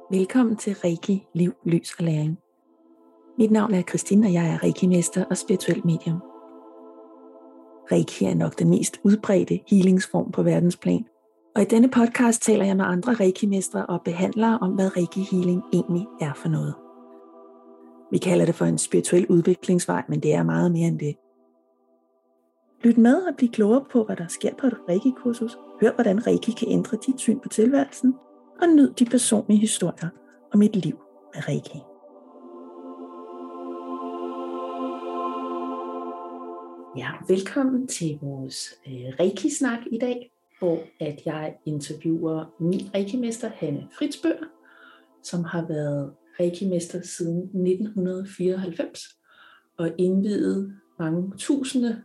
Velkommen til Reiki, Liv, Lys og Læring. Mit navn er Christine, og jeg er Reiki-mester og spirituel medium. Reiki er nok den mest udbredte healingsform på verdensplan, og i denne podcast taler jeg med andre Reiki-mestre og behandlere om, hvad Reiki-healing egentlig er for noget. Vi kalder det for en spirituel udviklingsvej, men det er meget mere end det. Lyt med og bliv klogere på, hvad der sker på et Reiki-kursus. Hør, hvordan Reiki kan ændre dit syn på tilværelsen, og nyd de personlige historier om et liv med Reiki. Ja, velkommen til vores Reiki-snak i dag, hvor at jeg interviewer min Reiki-mester Hanne Fritzbøger, som har været Reiki-mester siden 1994 og indviet mange tusinde,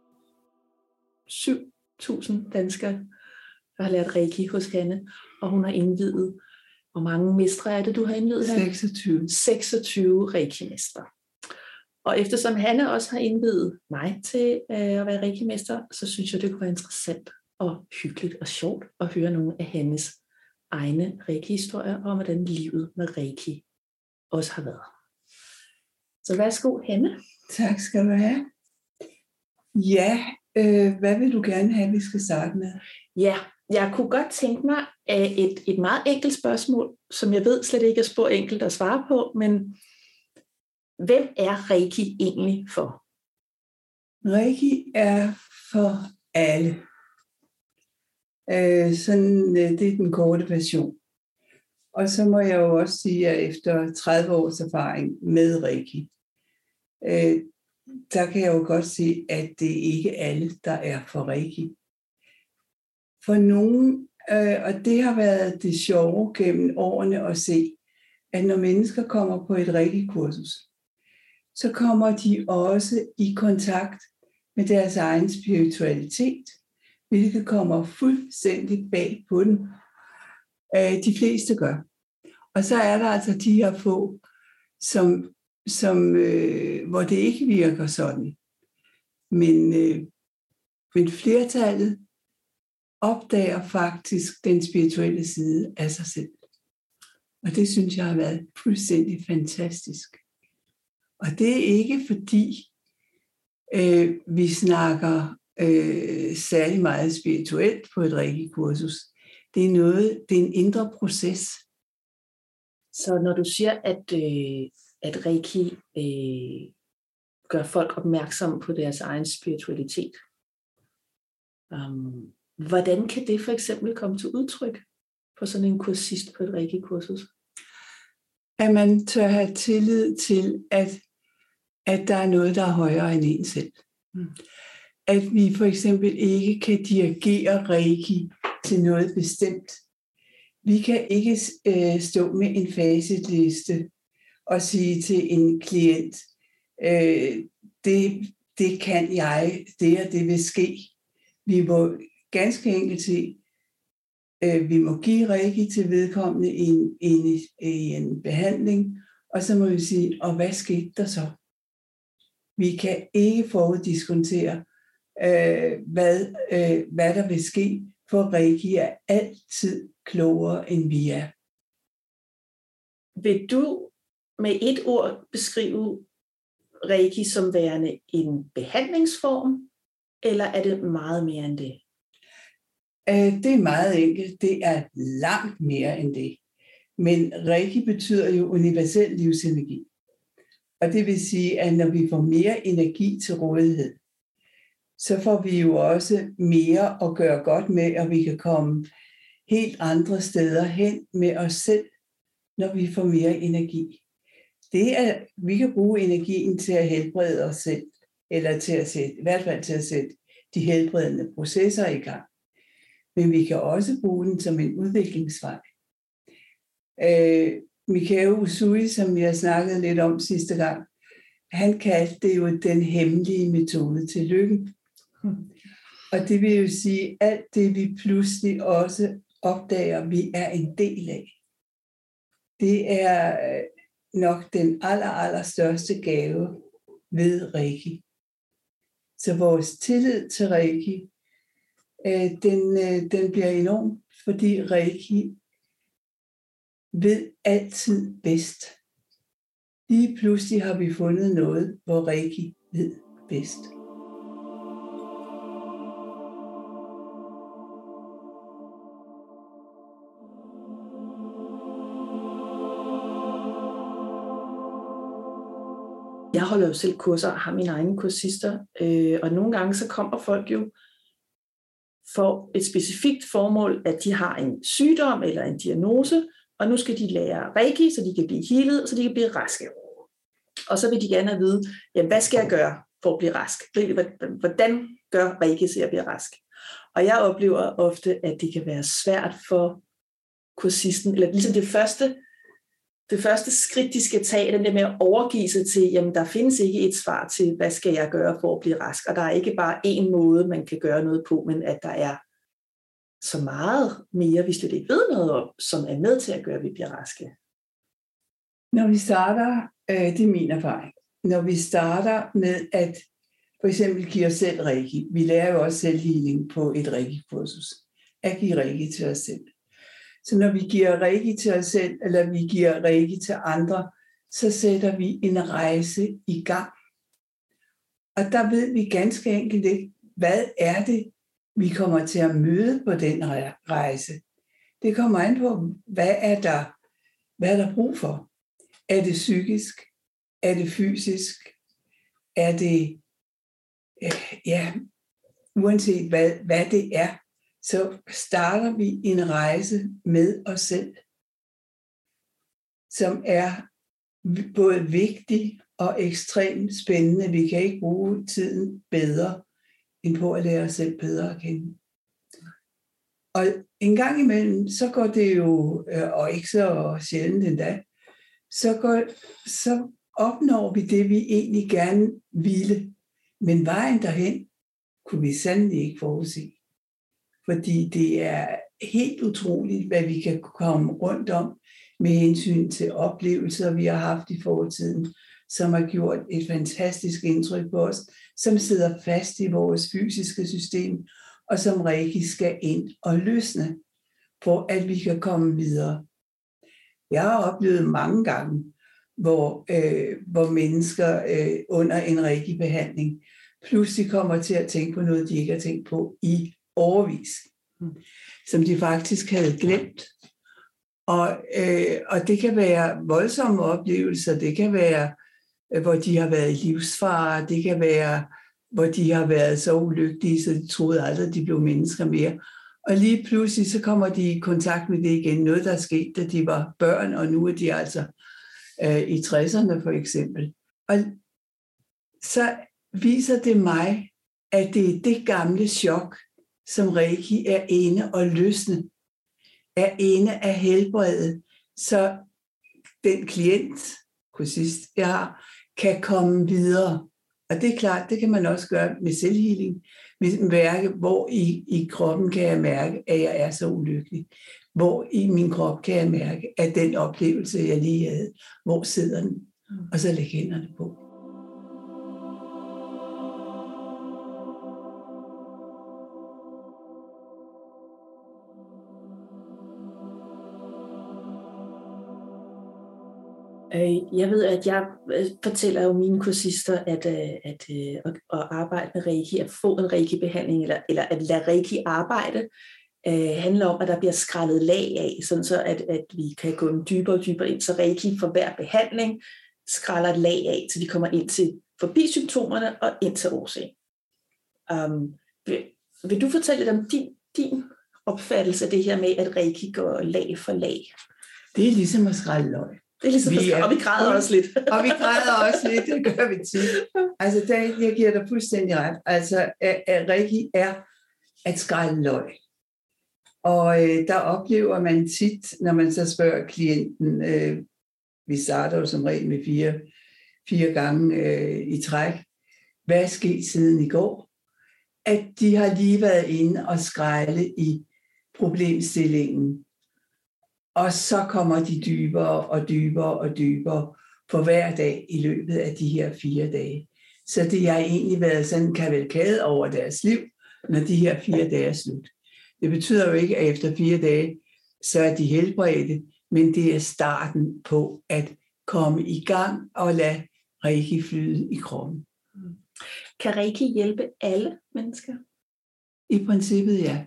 7.000 danskere, der har lært Reiki hos Hanne, og hun har indviet, hvor mange mestre er det, du har indviet, Hanne? 26 Reiki-mestre. Og eftersom Hanne også har indviet mig til at være Reiki-mester, så synes jeg, det kunne være interessant og hyggeligt og sjovt at høre nogle af Hannes egne Reiki-historier om, hvordan livet med Reiki også har været. Så værsgo, Hanne. Tak skal du have. Ja, hvad vil du gerne have, vi skal starte med? Ja, jeg kunne godt tænke mig et meget enkelt spørgsmål, som jeg ved slet ikke er spor enkelt at svare på, men hvem er Reiki egentlig for? Reiki er for alle. Det er den korte version. Og så må jeg jo også sige, at efter 30 års erfaring med Reiki, der kan jeg jo godt sige, at det ikke er alle, der er for Reiki. For nogen, og det har været det sjove gennem årene at se, at når mennesker kommer på et Reiki-kursus, så kommer de også i kontakt med deres egen spiritualitet, hvilket kommer fuldstændig bag på dem. De fleste gør. Og så er der altså de her få, hvor det ikke virker sådan. Men flertallet opdager faktisk den spirituelle side af sig selv. Og det synes jeg har været fuldstændig fantastisk. Og det er ikke fordi vi snakker særlig meget spirituelt på et Reiki-kursus. Det er en indre proces. Så når du siger, at Reiki gør folk opmærksomme på deres egen spiritualitet, hvordan kan det for eksempel komme til udtryk på sådan en kursist på et Reiki-kursus? At man tør have tillid til, at der er noget, der er højere end en selv. At vi for eksempel ikke kan dirigere Reiki til noget bestemt. Vi kan ikke stå med en facitliste og sige til en klient, det kan jeg, det og det vil ske. Vi må ganske enkelt sige, vi må give Reiki til vedkommende i en behandling, og så må vi sige, og hvad skete der så? Vi kan ikke foruddiskontere, hvad der vil ske, for Reiki er altid klogere, end vi er. Vil du med et ord beskrive Reiki som værende en behandlingsform, eller er det meget mere end det? Det er meget enkelt. Det er langt mere end det. Men Reiki betyder jo universel livsenergi. Og det vil sige, at når vi får mere energi til rådighed, så får vi jo også mere at gøre godt med, og vi kan komme helt andre steder hen med os selv, når vi får mere energi. Vi kan bruge energien til at helbrede os selv, eller i hvert fald til at sætte de helbredende processer i gang. Men vi kan også bruge den som en udviklingsvej. Mikao Usui, som jeg snakkede lidt om sidste gang, han kaldte det jo den hemmelige metode til lykken. Og det vil jo sige, alt det vi pludselig også opdager, vi er en del af. Det er nok den allerstørste gave ved Reiki. Så vores tillid til Reiki, den bliver enorm, fordi Reiki ved altid bedst. Lige pludselig har vi fundet noget, hvor Reiki ved bedst. Jeg holder jo selv kurser og har mine egne kursister, og nogle gange så kommer folk jo for et specifikt formål, at de har en sygdom eller en diagnose, og nu skal de lære Reiki, så de kan blive healet, så de kan blive raske. Og så vil de gerne have at vide, jamen, hvad skal jeg gøre for at blive rask? Hvordan gør Reiki, så jeg bliver rask? Og jeg oplever ofte, at det kan være svært for kursisten, eller ligesom det første skridt, de skal tage, den der med at overgive sig til, jamen der findes ikke et svar til, hvad skal jeg gøre for at blive rask? Og der er ikke bare én måde, man kan gøre noget på, men at der er så meget mere, vi slet ikke ved noget om, som er med til at gøre, at vi bliver raske. Når vi starter, det er min erfaring, når vi starter med at for eksempel give os selv Reiki, vi lærer jo også selvhealing på et Reiki-kursus, at give Reiki til os selv. Så når vi giver Reiki til os selv, eller vi giver Reiki til andre, så sætter vi en rejse i gang. Og der ved vi ganske enkelt ikke, hvad er det, vi kommer til at møde på den rejse. Det kommer an på, hvad er der brug for. Er det psykisk? Er det fysisk? Er det, uanset hvad det er, så starter vi en rejse med os selv, som er både vigtig og ekstremt spændende. Vi kan ikke bruge tiden bedre, end på at lære os selv bedre at kende. Og en gang imellem, så går det jo, og ikke så sjældent endda, så opnår vi det, vi egentlig gerne ville. Men vejen derhen kunne vi sandelig ikke forudse. Fordi det er helt utroligt, hvad vi kan komme rundt om med hensyn til oplevelser, vi har haft i fortiden, som har gjort et fantastisk indtryk på os, som sidder fast i vores fysiske system, og som Reiki skal ind og løsne, for at vi kan komme videre. Jeg har oplevet mange gange, hvor mennesker under en Reiki-behandling pludselig kommer til at tænke på noget, de ikke har tænkt på i årevis, som de faktisk havde glemt. Og det kan være voldsomme oplevelser, det kan være, hvor de har været i livsfare, det kan være, hvor de har været så ulykkelige, så de troede aldrig, at de blev mennesker mere. Og lige pludselig, så kommer de i kontakt med det igen, noget der er sket, da de var børn, og nu er de altså i 60'erne for eksempel. Og så viser det mig, at det er det gamle chok, som Reiki er inde og løsne, er inde at helbrede, så den klient, kursist, jeg har, kan komme videre. Og det er klart, det kan man også gøre med selvhealing, med mærke, hvor i kroppen kan jeg mærke, at jeg er så ulykkelig. Hvor i min krop kan jeg mærke, at den oplevelse, jeg lige havde, hvor sidder den? Og så lægge hænderne på. Jeg ved, at jeg fortæller jo mine kursister, at arbejde med Reiki, at få en Reiki-behandling, eller at lade Reiki arbejde, handler om, at der bliver skrællet lag af, sådan så at vi kan gå dybere og dybere ind, så Reiki for hver behandling skræller et lag af, så vi kommer ind til forbi symptomerne og ind til årsagen. Vil du fortælle lidt om din opfattelse af det her med, at Reiki går lag for lag? Det er ligesom at skrælle løg. Det er ligesom og vi græder også lidt. Og vi græder også lidt, det gør vi tit. Altså, jeg giver dig fuldstændig ret. Altså, at Reiki er at skrælle løg. Og der oplever man tit, når man så spørger klienten, vi starter jo som regel med fire gange i træk, hvad er sket siden i går? At de har lige været inde og skrælle i problemstillingen. Og så kommer de dybere og dybere og dybere for hver dag i løbet af de her 4 dage. Så det har egentlig været sådan en kavalkade over deres liv, når de her 4 dage er slut. Det betyder jo ikke, at efter 4 dage, så er de helbredte. men det er starten på at komme i gang og lade Reiki flyde i kroppen. Kan Reiki hjælpe alle mennesker? I princippet ja.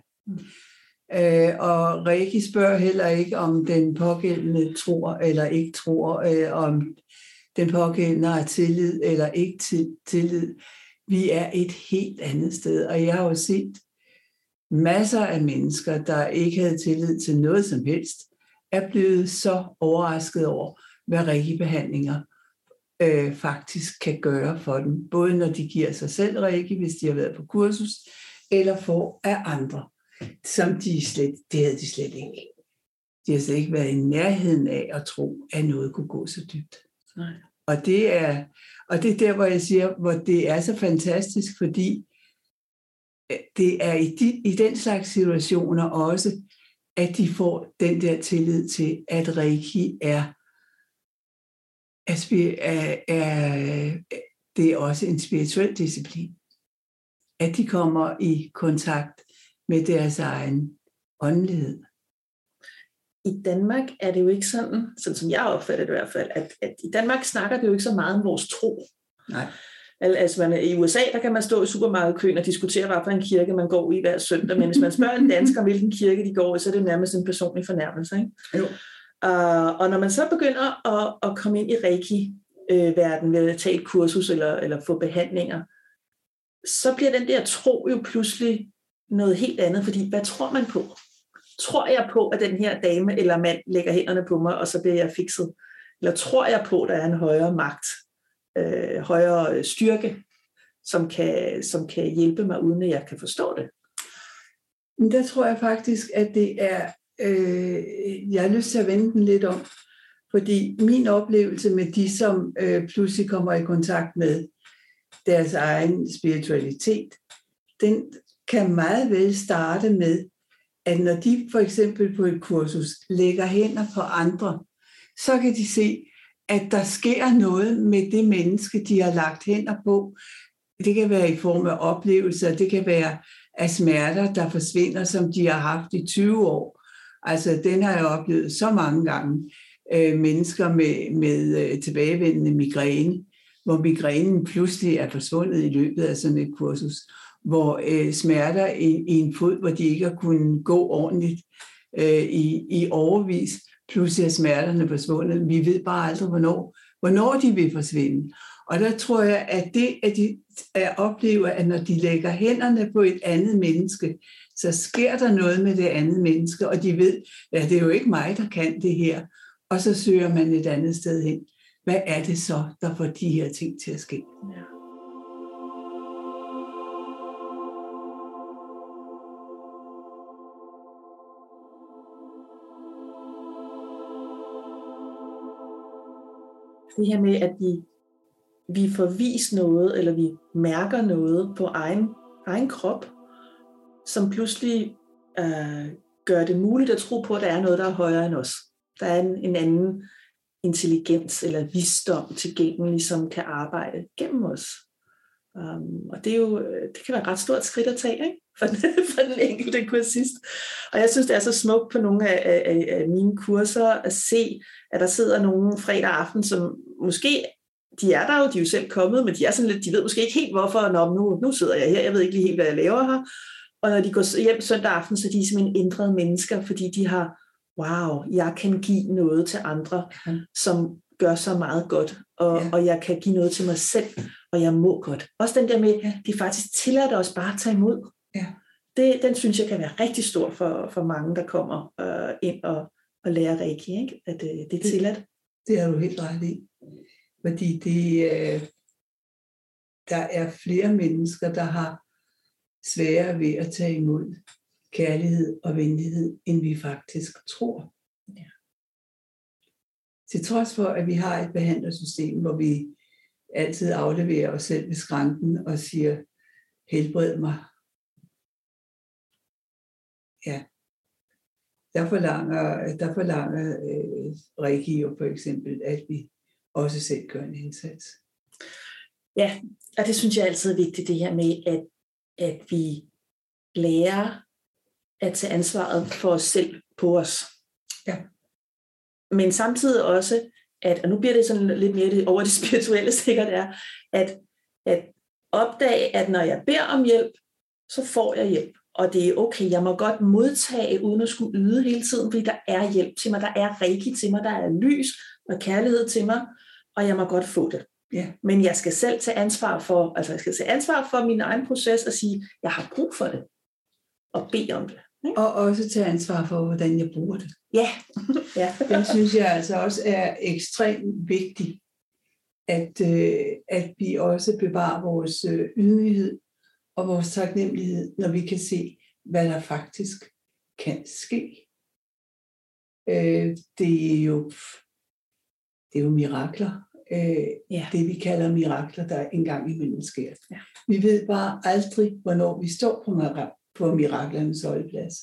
Og Reiki spørger heller ikke, om den pågældende tror eller ikke tror, om den pågældende har tillid eller ikke tillid. Vi er et helt andet sted, og jeg har jo set masser af mennesker, der ikke havde tillid til noget som helst, er blevet så overrasket over, hvad Reiki-behandlinger faktisk kan gøre for dem. Både når de giver sig selv Reiki, hvis de har været på kursus, eller får af andre, som det havde de slet ikke. De har slet ikke været i nærheden af at tro, at noget kunne gå så dybt. Nej. Og det er der, hvor jeg siger, hvor det er så fantastisk, fordi det er i den slags situationer også, at de får den der tillid til, at Reiki det er også en spirituel disciplin. At de kommer i kontakt med deres egen åndelighed. I Danmark er det jo ikke sådan som jeg opfatter det i hvert fald, at i Danmark snakker det jo ikke så meget om vores tro. Nej. Altså i USA, der kan man stå i supermarkedkøen og diskutere, hvad for en kirke man går i hver søndag, men hvis man spørger en dansker, hvilken kirke de går i, så er det nærmest en personlig fornærmelse. Ikke? Jo. Og når man så begynder at komme ind i Reiki-verdenen ved at tage et kursus eller få behandlinger, så bliver den der tro jo pludselig noget helt andet, fordi hvad tror man på? Tror jeg på, at den her dame eller mand lægger hænderne på mig, og så bliver jeg fikset? Eller tror jeg på, at der er en højere magt, højere styrke, som kan hjælpe mig, uden at jeg kan forstå det? Men der tror jeg faktisk, at det er, jeg har lyst til at vende den lidt om, fordi min oplevelse med de, som pludselig kommer i kontakt med deres egen spiritualitet, den kan meget vel starte med, at når de for eksempel på et kursus lægger hænder på andre, så kan de se, at der sker noget med det menneske, de har lagt hænder på. Det kan være i form af oplevelser, det kan være af smerter, der forsvinder, som de har haft i 20 år. Altså, den har jeg oplevet så mange gange. Mennesker med tilbagevendende migræne, hvor migrænen pludselig er forsvundet i løbet af sådan et kursus, hvor smerter i en fod, hvor de ikke har kunnet gå ordentligt i årevis, pludselig er smerterne forsvundet. Vi ved bare aldrig, hvornår de vil forsvinde. Og der tror jeg, at det, at de oplever, at når de lægger hænderne på et andet menneske, så sker der noget med det andet menneske, og de ved, at det er jo ikke mig, der kan det her. Og så søger man et andet sted hen. Hvad er det så, der får de her ting til at ske? Ja. Det her med, at vi får vist noget, eller vi mærker noget på egen krop, som pludselig gør det muligt at tro på, at der er noget, der er højere end os. Der er en anden intelligens eller visdom tilgængelig, som kan arbejde gennem os. Og det kan være et ret stort skridt at tage, ikke? For den enkelte kursist. Og jeg synes, det er så smukt på nogle af mine kurser at se, at der sidder nogen fredag aften, som måske, de er der jo, de er jo selv kommet, men de er sådan lidt, de ved måske ikke helt hvorfor, nu sidder jeg her, jeg ved ikke lige helt, hvad jeg laver her. Og når de går hjem søndag aften, så er de simpelthen ændrede mennesker, fordi de har, wow, jeg kan give noget til andre, som gør så meget godt, og jeg kan give noget til mig selv, og jeg må godt. Også den der med, de faktisk tillader os bare at tage imod. Ja. Den synes jeg kan være rigtig stor for mange, der kommer ind og lærer Reiki, ikke? At det er tilladt. Det har du helt ret i. Fordi der er flere mennesker, der har sværere ved at tage imod kærlighed og venlighed, end vi faktisk tror. Ja. Til trods for, at vi har et behandlersystem, hvor vi altid afleverer os selv ved skranken og siger, helbred mig. Ja. Der forlanger Reiki jo for eksempel, at vi også selv gør en indsats. Ja, og det synes jeg altid er vigtigt, det her med, at vi lærer at tage ansvaret for os selv på os. Ja. Men samtidig også, og nu bliver det sådan lidt mere over det spirituelle sikkert at opdage, at når jeg beder om hjælp, så får jeg hjælp. Og det er okay, jeg må godt modtage, uden at skulle yde hele tiden, fordi der er hjælp til mig, der er reiki til mig, der er lys og kærlighed til mig, og jeg må godt få det. Ja. Men jeg skal selv tage ansvar for, min egen proces og sige, jeg har brug for det, og bede om det. Og også tage ansvar for, hvordan jeg bruger det. Ja. Ja. Den synes jeg altså også er ekstremt vigtig, at vi også bevarer vores ydmyghed og vores taknemmelighed, når vi kan se, hvad der faktisk kan ske. Det er jo mirakler. Det vi kalder mirakler, der engang imellem sker. Ja. Vi ved bare aldrig, hvornår vi står på miraklernes holdeplads.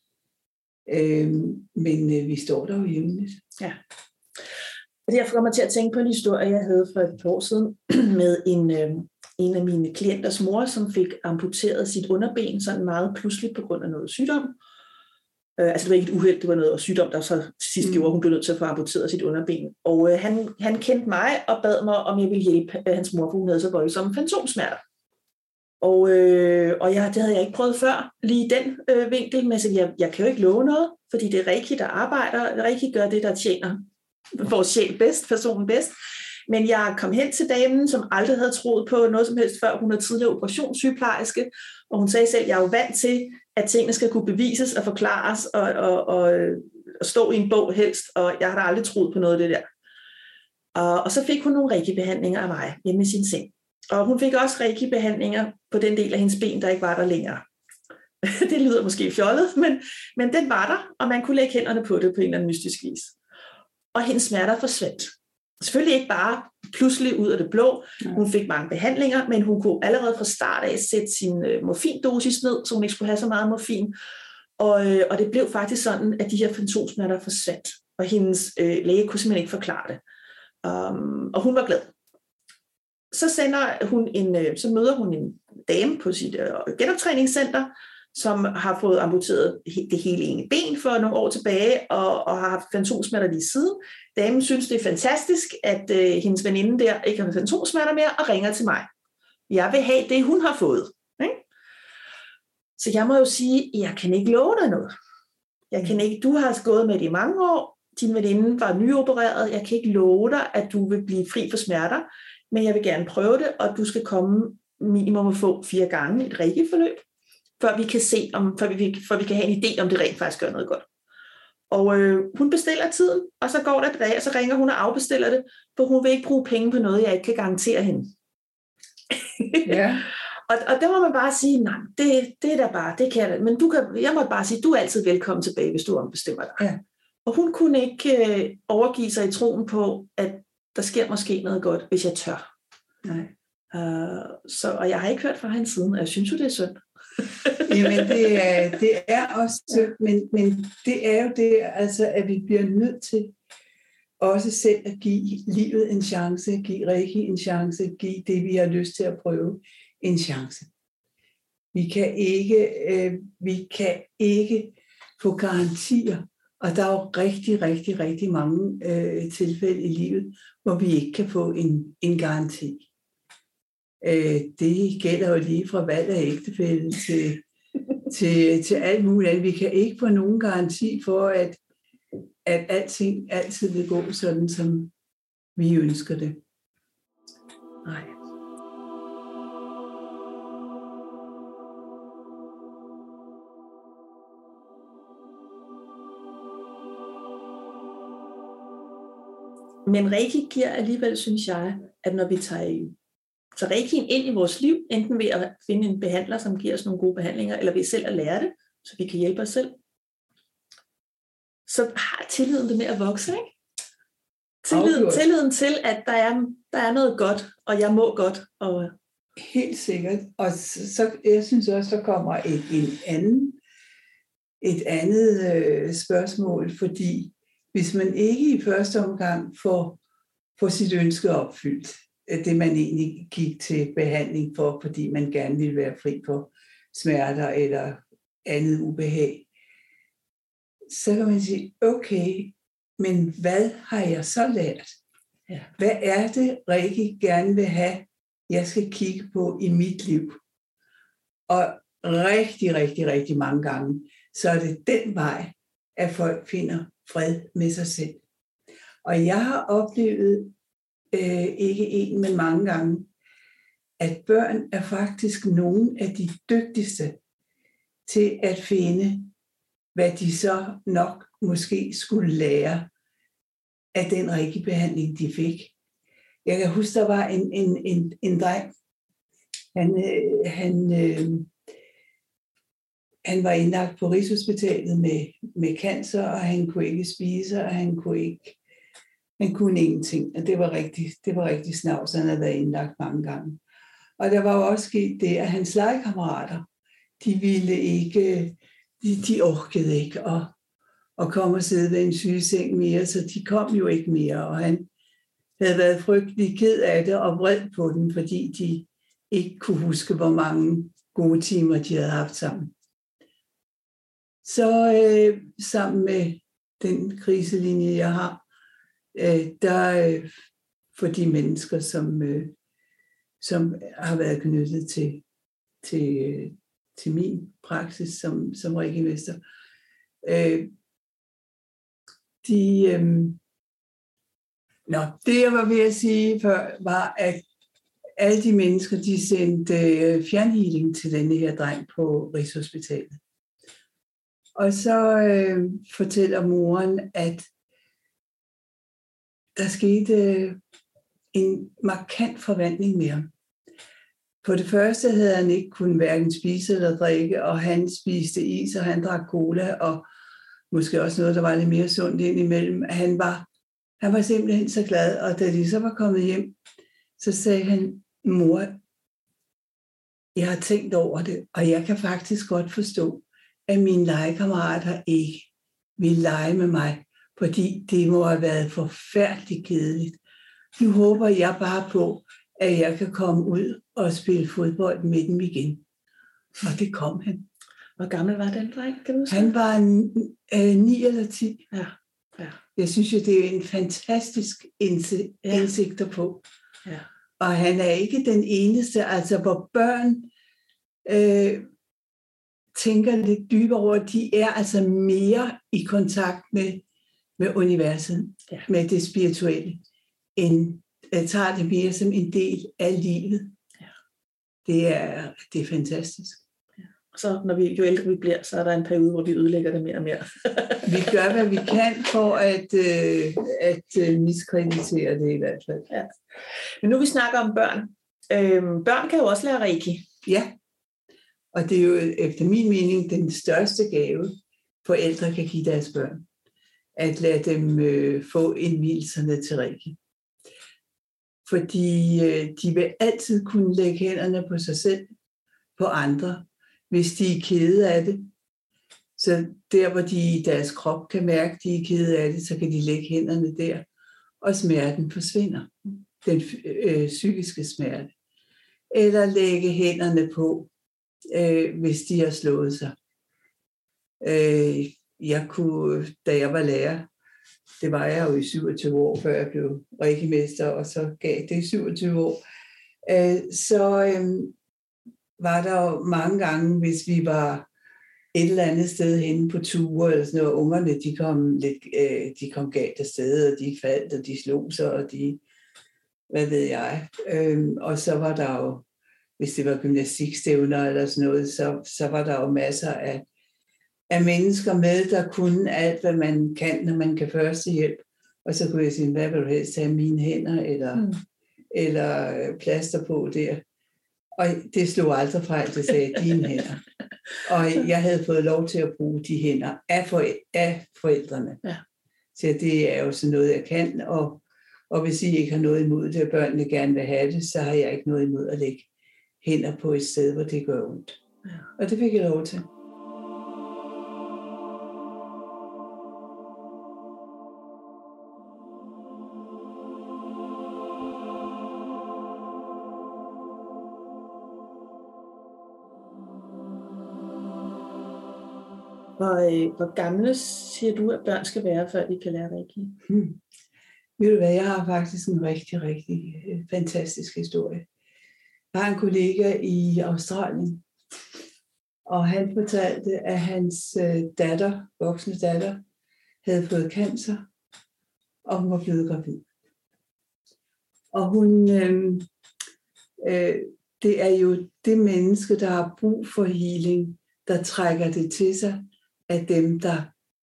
Men vi står der jo jævnligt. Ja. Og derfor kommer jeg til at tænke på en historie, jeg havde for et par år siden med en af mine klienters mor, som fik amputeret sit underben sådan meget pludseligt på grund af noget sygdom. Altså det var ikke et uheld, det var noget sygdom, der så sidst gjorde, hun blev nødt til at få amputeret sit underben. Og han kendte mig og bad mig, om jeg ville hjælpe hans mor, for hun havde så voldsomme fantomsmerter. Og det havde jeg ikke prøvet før, lige den vinkel, men jeg kan jo ikke love noget, fordi det er Reiki, der arbejder. Reiki gør det, der tjener vores sjæl bedst, personen bedst. Men jeg kom hen til damen, som aldrig havde troet på noget som helst før. Hun er tidligere operationssygeplejerske, og hun sagde selv, jeg er jo vant til, at tingene skal kunne bevises og forklares og stå i en bog helst, og jeg har da aldrig troet på noget af det der. Og så fik hun nogle Reiki-behandlinger af mig hjemme i sin seng. Og hun fik også Reiki-behandlinger på den del af hendes ben, der ikke var der længere. Det lyder måske fjollet, men den var der, og man kunne lægge hænderne på det på en eller anden mystisk vis. Og hendes smerter forsvandt. Selvfølgelig ikke bare pludselig ud af det blå. Hun fik mange behandlinger, men hun kunne allerede fra start af sætte sin morfindosis ned, så hun ikke skulle have så meget morfin. Og det blev faktisk sådan, at de her fantomsmerter forsvandt. Og hendes læge kunne simpelthen ikke forklare det. Og hun var glad. Så møder hun en dame på sit genoptræningscenter, som har fået amputeret det hele ene ben for nogle år tilbage, og har haft fantomsmerter lige siden. Damen synes, det er fantastisk, at hendes veninde der ikke har fantomsmerter mere, og ringer til mig. Jeg vil have det, hun har fået. Ikke? Så jeg må jo sige, jeg kan ikke love dig noget. Du har gået med det i mange år, din veninde var nyopereret, jeg kan ikke love dig, at du vil blive fri for smerter, men jeg vil gerne prøve det, og du skal komme minimum at få 4 gange et Reiki-forløb, før vi kan se, før vi kan have en idé, om det rent faktisk gør noget godt. Og hun bestiller tiden, og så går der et dag, og så ringer hun og afbestiller det, for hun vil ikke bruge penge på noget, jeg ikke kan garantere hende. Ja. og der må man bare sige, nej, det er da bare, det kan jeg. Men jeg må bare sige, du er altid velkommen tilbage, hvis du ombestemmer dig. Ja. Og hun kunne ikke overgive sig i troen på, at der sker måske noget godt, hvis jeg tør. Nej. Og jeg har ikke hørt fra hende siden, og jeg synes jo, det er synd. Jamen, det er også synd, men det er jo det, altså, at vi bliver nødt til også selv at give livet en chance, give Reiki en chance, give det, vi har lyst til at prøve, en chance. Vi kan ikke få garantier, og der er jo rigtig, rigtig, rigtig mange tilfælde i livet, hvor vi ikke kan få en garanti. Det gælder jo lige fra valg af ægtefælle til alt muligt andet. Vi kan ikke få nogen garanti for, at alting altid vil gå sådan, som vi ønsker det. Nej. Men Reiki giver alligevel, synes jeg, at når vi tager Reikien ind i vores liv, enten ved at finde en behandler, som giver os nogle gode behandlinger, eller ved selv at lære det, så vi kan hjælpe os selv, så har tilliden det med at vokse, ikke? Tilliden til, at der er noget godt, og jeg må godt. Og helt sikkert. Og så jeg synes også, der kommer et andet spørgsmål, fordi hvis man ikke i første omgang får sit ønske opfyldt, det man egentlig gik til behandling for, fordi man gerne ville være fri for smerter eller andet ubehag, så kan man sige, okay, men hvad har jeg så lært? Ja. Hvad er det, Rikke gerne vil have, jeg skal kigge på i mit liv? Og rigtig, rigtig, rigtig mange gange, så er det den vej, at folk finder fred med sig selv. Og jeg har oplevet, ikke en, men mange gange, at børn er faktisk nogle af de dygtigste til at finde, hvad de så nok måske skulle lære af den rigtige behandling, de fik. Jeg kan huske, der var en dreng, han var indlagt på Rigshospitalet med cancer, og han kunne ikke spise, og han kunne ingenting. Og det var rigtig snavs, han havde været indlagt mange gange. Og der var jo også sket det, at hans legekammerater, de ville ikke, de orkede ikke at komme og sidde ved en sygeseng mere, så de kom jo ikke mere, og han havde været frygtelig ked af det og vred på dem, fordi de ikke kunne huske, hvor mange gode timer de havde haft sammen. Så sammen med den kriselinje, jeg har, der for de mennesker, som har været knyttet til min praksis som Reiki-mester, det jeg var ved at sige før, var, at alle de mennesker, de sendte fjernhealing til denne her dreng på Rigshospitalet. Og så fortæller moren, at der skete en markant forvandling med ham. På det første havde han ikke kunnet hverken spise eller drikke, og han spiste is, og han drak cola, og måske også noget, der var lidt mere sundt indimellem. Han var simpelthen så glad, og da de så var kommet hjem, så sagde han, mor, jeg har tænkt over det, og jeg kan faktisk godt forstå, at mine legekammerater ikke vil lege med mig, fordi det må have været forfærdeligt kedeligt. Nu håber jeg bare på, at jeg kan komme ud og spille fodbold med dem igen. Og det kom han. Hvor gammel var den dreng, kan du sige? Han var 9 eller 10. Ja. Jeg synes jo, det er en fantastisk indsigt på. Ja. Og han er ikke den eneste, altså hvor børn tænker lidt dybere over, de er altså mere i kontakt med universet, med det spirituelle, end tager det mere som en del af livet. Ja. Det er fantastisk. Ja. Og så jo ældre vi bliver, så er der en periode, hvor vi ødelægger det mere og mere. Vi gør, hvad vi kan for at miskreditere det i hvert fald. Ja. Men nu vi snakker om børn. Børn kan jo også lære Reiki. Ja, og det er jo efter min mening den største gave, forældre kan give deres børn. At lade dem få indvielserne til Reiki. Fordi de vil altid kunne lægge hænderne på sig selv, på andre, hvis de er kede af det. Så der, hvor de i deres krop kan mærke, at de er kede af det, så kan de lægge hænderne der, og smerten forsvinder. Den psykiske smerte. Eller lægge hænderne på, hvis de har slået sig. Jeg kunne, da jeg var lærer, det var jeg jo i 27 år, før jeg blev Reiki-mester, og så gav det 27 år. Så var der jo mange gange, hvis vi var et eller andet sted henne på ture, eller sådan noget, ungerne, de kom galt af sted, og de faldt, og de slog sig, og de, hvad ved jeg. Og så var der jo, hvis det var gymnastikstævner eller sådan noget, så var der jo masser af mennesker med, der kunne alt, hvad man kan, når man kan førstehjælp. Og så kunne jeg sige, hvad vil du helst have, mine hænder, eller plaster på der. Og det slog aldrig fejl, det sagde dine hænder. Og jeg havde fået lov til at bruge de hænder af forældrene. Ja. Så det er jo sådan noget, jeg kan. Og hvis I ikke har noget imod det, og børnene gerne vil have det, så har jeg ikke noget imod at lægge hænder på et sted, hvor det gør ondt. Ja. Og det fik jeg lov til. Hvor gamle siger du, at børn skal være, før de kan lære Reiki? Ved du hvad, jeg har faktisk en rigtig, rigtig fantastisk historie. Jeg har en kollega i Australien, og han fortalte, at hans voksne datter, havde fået cancer, og hun var blevet gravid. Og hun, det er jo det menneske, der har brug for healing, der trækker det til sig af dem, der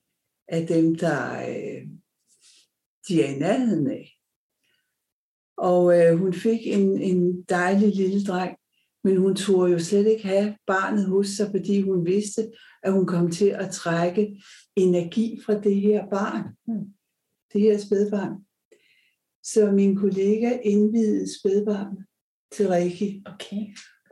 de er i nærheden af. Og hun fik en dejlig lille dreng, men hun turde jo slet ikke have barnet hos sig, fordi hun vidste, at hun kom til at trække energi fra det her barn, det her spædbarn. Så min kollega indvidede spædbarnet til Reiki. Okay.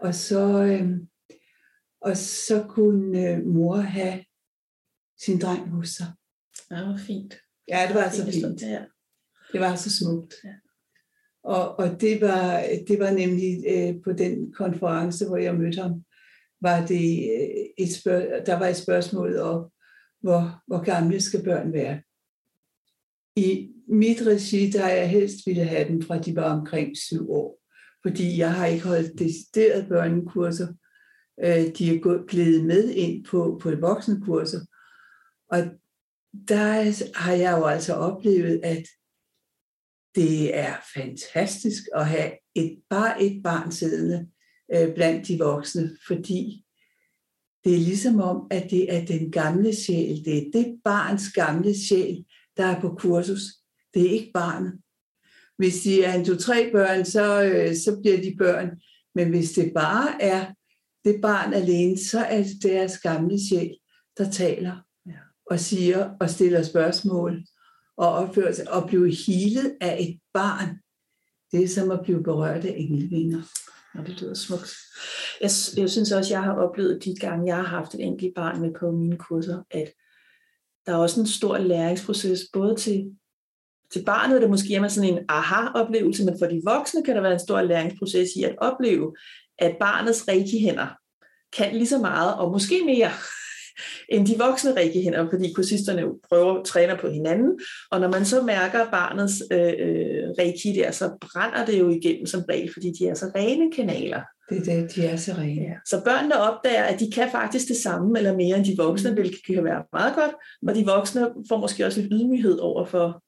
Og så kunne mor have sin dreng hos sig. Ja, det var fint. Ja, det var så fint. Ja. Det var så smukt. Ja. Og det var nemlig på den konference, hvor jeg mødte ham, var det der var et spørgsmål om, hvor gamle skal børn være. I mit regi, der har jeg helst ville have dem fra de var omkring 7 år, fordi jeg har ikke holdt deciderede børnekurser. De er glædet med ind på voksenkurser. Og der har jeg jo altså oplevet, at det er fantastisk at have bare et barn siddende blandt de voksne, fordi det er ligesom om, at det er den gamle sjæl, det er det barns gamle sjæl, der er på kursus. Det er ikke barnet. Hvis de er 2-3 børn, så bliver de børn. Men hvis det bare er det barn alene, så er det deres gamle sjæl, der taler og siger og stiller spørgsmål og opfører sig og blive healet af et barn. Det er som at blive berørt af englevinger. Ja, det lyder smukt. Jeg synes også, jeg har oplevet de gange, jeg har haft et enkelt barn med på mine kurser, at der er også en stor læringsproces, både til barnet, der måske er sådan en aha-oplevelse, men for de voksne kan der være en stor læringsproces i at opleve, at barnets reiki-hænder kan lige så meget, og måske mere, end de voksne reiki-hænder, fordi kursisterne jo træner på hinanden, og når man så mærker barnets reiki der, så brænder det jo igennem som regel, fordi de er så rene kanaler. Det er det, de er så rene. Ja. Så børnene opdager, at de kan faktisk det samme eller mere end de voksne, hvilket kan være meget godt, og de voksne får måske også lidt ydmyghed over for,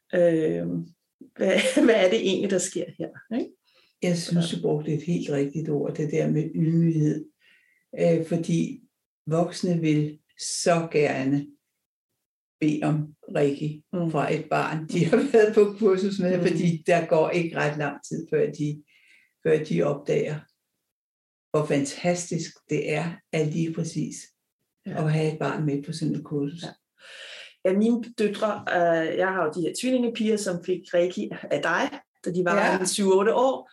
hvad er det egentlig, der sker her? Ikke? Jeg synes, du brugte et helt rigtigt ord, det der med ydmyghed, fordi voksne vil så gerne bede om Reiki fra et barn, de har været på kursus med, fordi der går ikke ret lang tid, før de opdager, hvor fantastisk det er at lige præcis at have et barn med på sådan et kursus. Ja. Ja, mine døtre, jeg har jo de her tvillingepiger, som fik Reiki af dig, da de var 7-8 år,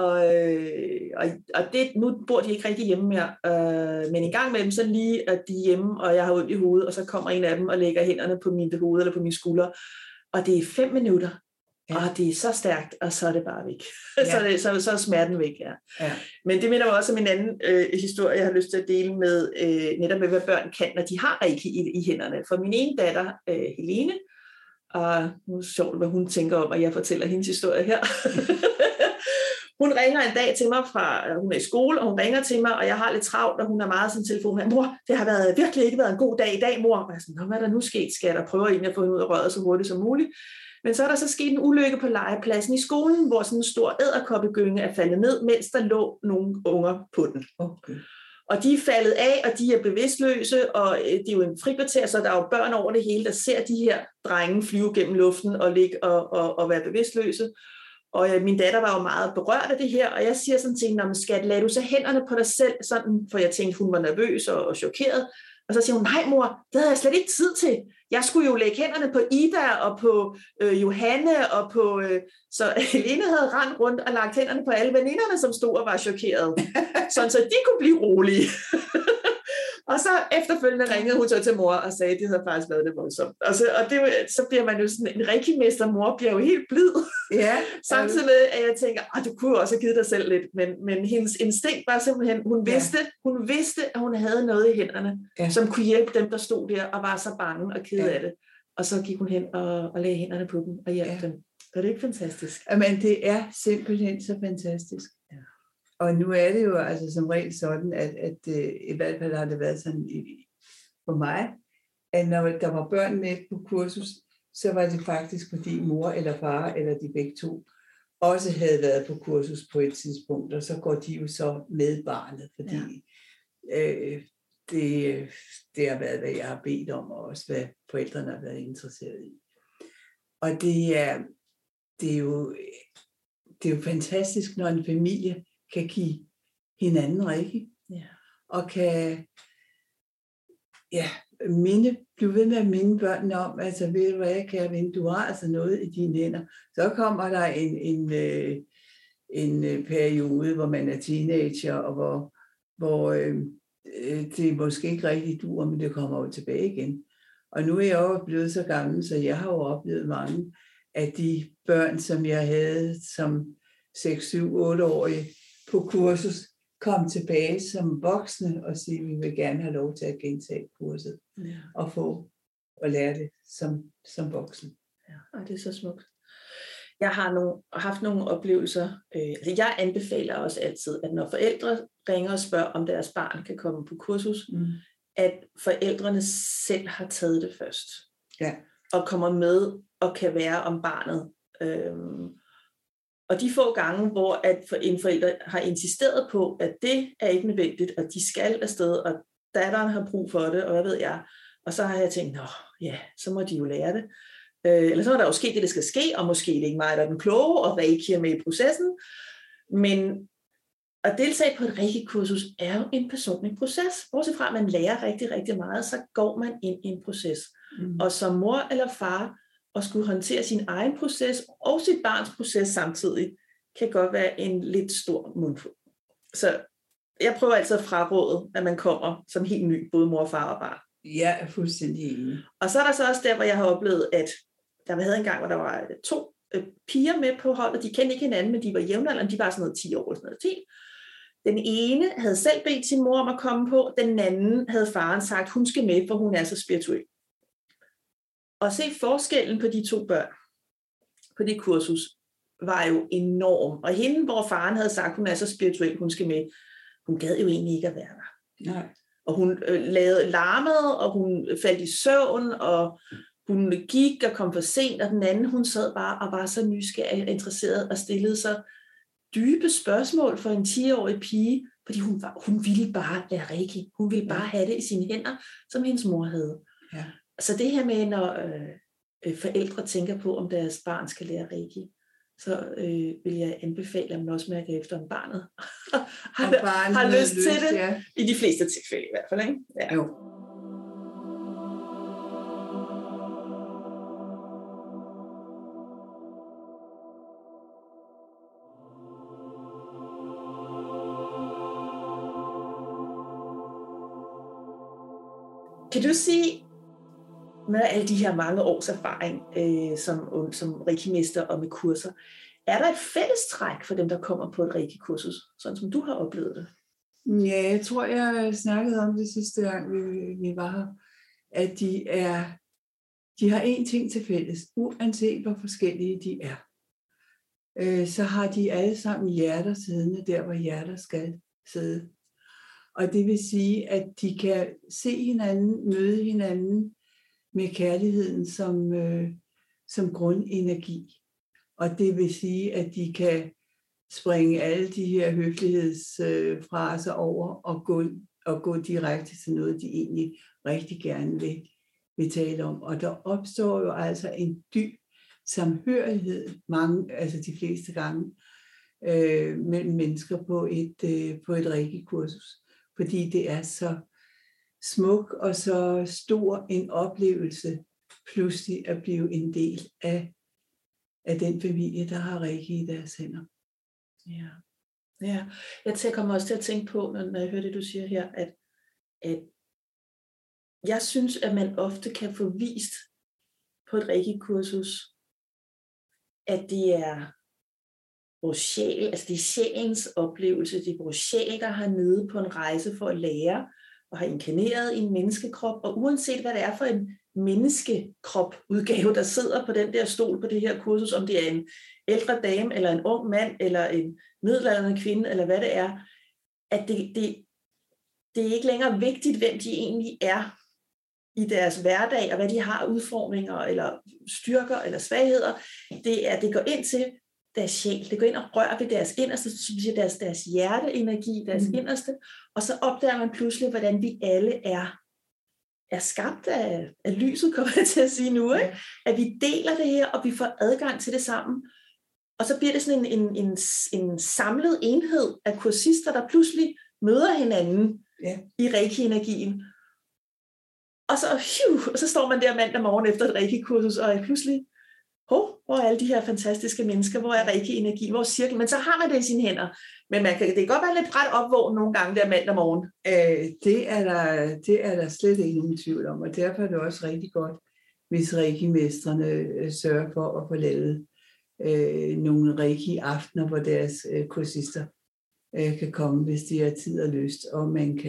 og det, nu bor de ikke rigtig hjemme mere, men en gang med dem, så lige at de er hjemme, og jeg har ondt i hovedet, og så kommer en af dem og lægger hænderne på mit hoved eller på mine skuldre, og det er 5 minutter, og det er så stærkt, og så er det bare væk. Så er smerten væk, ja. Men det minder mig også om en anden historie, jeg har lyst til at dele med, netop med, hvad børn kan, når de har Reiki i hænderne. For min ene datter, Helene, og nu er det sjovt, hvad hun tænker om, at jeg fortæller hendes historie her. Hun ringer en dag til mig hun er i skole, og hun ringer til mig, og jeg har lidt travlt, og hun er meget sådan telefon. Mor, det har virkelig ikke været en god dag i dag, mor. Og jeg er sådan, hvad er der nu sket, skat? Og prøver egentlig at få hende ud af røret så hurtigt som muligt. Men så er der så sket en ulykke på legepladsen i skolen, hvor sådan en stor edderkoppegynge er faldet ned, mens der lå nogle unger på den. Okay. Og de er faldet af, og de er bevidstløse, og det er jo en frikvarter, så der er jo børn over det hele, der ser de her drenge flyve gennem luften og ligge og være bevidstløse. Og min datter var jo meget berørt af det her, og jeg siger sådan til hende, skat, lad du så hænderne på dig selv, sådan, for jeg tænkte, hun var nervøs og chokeret. Og så siger hun, nej mor, det havde jeg slet ikke tid til. Jeg skulle jo lægge hænderne på Ida og på Johanne og på... Så Helene havde rendt rundt og lagt hænderne på alle veninderne, som stod og var chokeret. Sådan så de kunne blive rolige. Og så efterfølgende ringede hun så til mor og sagde, at det havde faktisk været det voldsomt. Og så bliver man jo sådan, en reiki-mester mor bliver jo helt blid. Ja. Samtidig med, at jeg tænker, du kunne jo også have givet dig selv lidt, men hendes instinkt var simpelthen, hun vidste, at hun havde noget i hænderne, som kunne hjælpe dem, der stod der og var så bange og kede af det. Og så gik hun hen og lagde hænderne på dem og hjalp dem. Er det ikke fantastisk? Men det er simpelthen så fantastisk. Ja. Og nu er det jo altså som regel sådan, at i hvert fald har det været sådan for mig, at når der var børn med på kursus, så var det faktisk fordi mor eller far, eller de begge to, også havde været på kursus på et tidspunkt, og så går de jo så med barnet, fordi det har været, hvad jeg har bedt om, og også hvad forældrene har været interesseret i. Og det er jo fantastisk, når en familie kan give hinanden reiki, og kan blive ved med at minde børnene om, altså ved du hvad, kære ven, du har altså noget i dine hænder. Så kommer der en periode, hvor man er teenager, og hvor det måske ikke rigtig duer, men det kommer jo tilbage igen. Og nu er jeg jo blevet så gammel, så jeg har jo oplevet mange af de børn, som jeg havde som 6, 7, 8-årige på kursus, kom tilbage som voksne og sige, at vi vil gerne have lov til at gentage kurset og få og lære det som voksen. Ja, det er så smukt. Jeg har haft nogle oplevelser. Jeg anbefaler også altid, at når forældre ringer og spørger, om deres barn kan komme på kursus, at forældrene selv har taget det først. Ja. Og kommer med og kan være om barnet. Og de få gange, hvor en forælder har insisteret på, at det er ikke nødvendigt, og de skal afsted, og datteren har brug for det, og hvad ved jeg. Og så har jeg tænkt, så må de jo lære det. Eller så er der jo sket det, der skal ske, og måske det ikke mig, der er den kloge, og reiki er med i processen. Men at deltage på et reiki-kursus er jo en personlig proces. Bortset fra, at man lærer rigtig, rigtig meget, så går man ind i en proces. Og som mor eller far, at skulle håndtere sin egen proces og sit barns proces samtidig, kan godt være en lidt stor mundfuld. Så jeg prøver altid at fraråde, at man kommer som helt ny, både mor, far og barn. Ja, fuldstændig enig. Og så er der så også der, hvor jeg har oplevet, at der havde en gang, hvor der var 2 piger med på holdet. De kendte ikke hinanden, men de var jævnaldrende. De var sådan noget 10 år, sådan noget 10. Den ene havde selv bedt sin mor om at komme på. Den anden havde faren sagt, hun skal med, for hun er så spirituel. Og se forskellen på de 2 børn på det kursus var jo enorm. Og hende, hvor faren havde sagt, hun er så spirituel, hun skal med, hun gad jo egentlig ikke at være der. Nej. Og hun larmede, og hun faldt i søvn, og hun gik og kom for sent, og den anden, hun sad bare og var så nysgerrig og interesseret og stillede sig dybe spørgsmål for en 10-årig pige, fordi hun ville bare lære reiki. Hun ville bare have det i sine hænder, som hendes mor havde. Ja. Så det her med, når forældre tænker på, om deres barn skal lære reiki, så vil jeg anbefale, at man også mærker efter, om barnet har lyst til det. Ja. I de fleste tilfælde i hvert fald. Ikke? Ja. Jo. Kan du sige, med alle de her mange års erfaring som reiki-mester og med kurser, er der et fællestræk for dem, der kommer på et reiki-kursus, sådan som du har oplevet det? Ja, jeg tror, jeg snakkede om det sidste gang, vi var her, at de har én ting til fælles, uanset hvor forskellige de er. Så har de alle sammen hjerter siddende der, hvor hjerter skal sidde. Og det vil sige, at de kan se hinanden, møde hinanden med kærligheden som grundenergi. Og det vil sige, at de kan springe alle de her høflighedsfraser over og gå direkte til noget, de egentlig rigtig gerne vil tale om. Og der opstår jo altså en dyb samhørighed, altså de fleste gange, mellem mennesker på et reiki-kursus. Fordi det er så smuk og så stor en oplevelse, pludselig at blive en del af den familie, der har reiki i deres hænder. Ja. Jeg kommer også til at tænke på, når jeg hører det, du siger her, at jeg synes, at man ofte kan få vist på et Reiki-kursus, at det er vores sjæl, altså det er sjælens oplevelse, det er vores sjæl, der har nede på en rejse for at lære, og har inkarneret i en menneskekrop, og uanset hvad det er for en menneskekrop-udgave, der sidder på den der stol på det her kursus, om det er en ældre dame, eller en ung mand, eller en middelaldrende kvinde, eller hvad det er, at det er ikke længere vigtigt, hvem de egentlig er i deres hverdag, og hvad de har udfordringer, eller styrker, eller svagheder. Det går ind til deres sjæl, det går ind og rører ved deres inderste, deres hjerteenergi, deres inderste, og så opdager man pludselig, hvordan vi alle er skabt af lyset, kommer jeg til at sige nu, ikke? At vi deler det her, og vi får adgang til det sammen. Og så bliver det sådan en samlet enhed af kursister, der pludselig møder hinanden i Reiki-energien. Og så står man der mandag morgen efter et Reiki-kursus, og er pludselig, hvor er alle de her fantastiske mennesker, hvor er Reiki-energi, hvor er cirkel, men så har man det i sine hænder. Men det kan godt være lidt bræt opvågen nogle gange der mandag morgen. Det er der slet ikke nogen tvivl om, og derfor er det også rigtig godt, hvis Reiki-mestrene sørger for at få lavet nogle Reiki-aftener, hvor deres kursister kan komme, hvis de har tid og lyst, og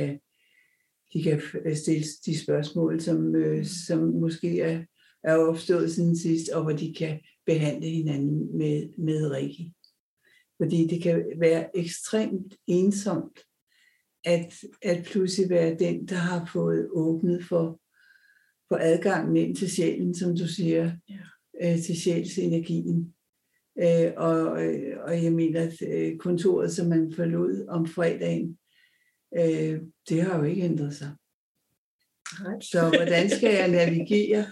de kan stille de spørgsmål, som måske er opstået siden sidst, og hvor de kan behandle hinanden med Reiki. Fordi det kan være ekstremt ensomt, at pludselig være den, der har fået åbnet for adgangen ind til sjælen, som du siger, til sjælsenergien. Og jeg mener, at kontoret, som man forlod om fredagen, det har jo ikke ændret sig. Så hvordan skal jeg navigere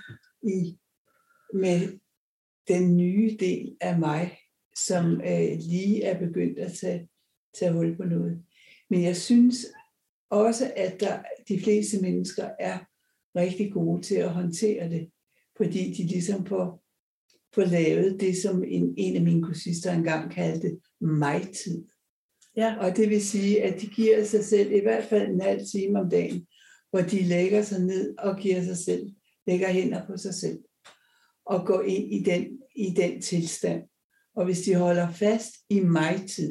med den nye del af mig, som lige er begyndt at tage hul på noget? Men jeg synes også, at de fleste mennesker er rigtig gode til at håndtere det, fordi de ligesom får lavet det, som en af mine kursister engang kaldte mig-tid. Ja. Og det vil sige, at de giver sig selv i hvert fald en halv time om dagen, hvor de lægger sig ned og lægger hænder på sig selv, og går ind i den tilstand. Og hvis de holder fast i mig-tid,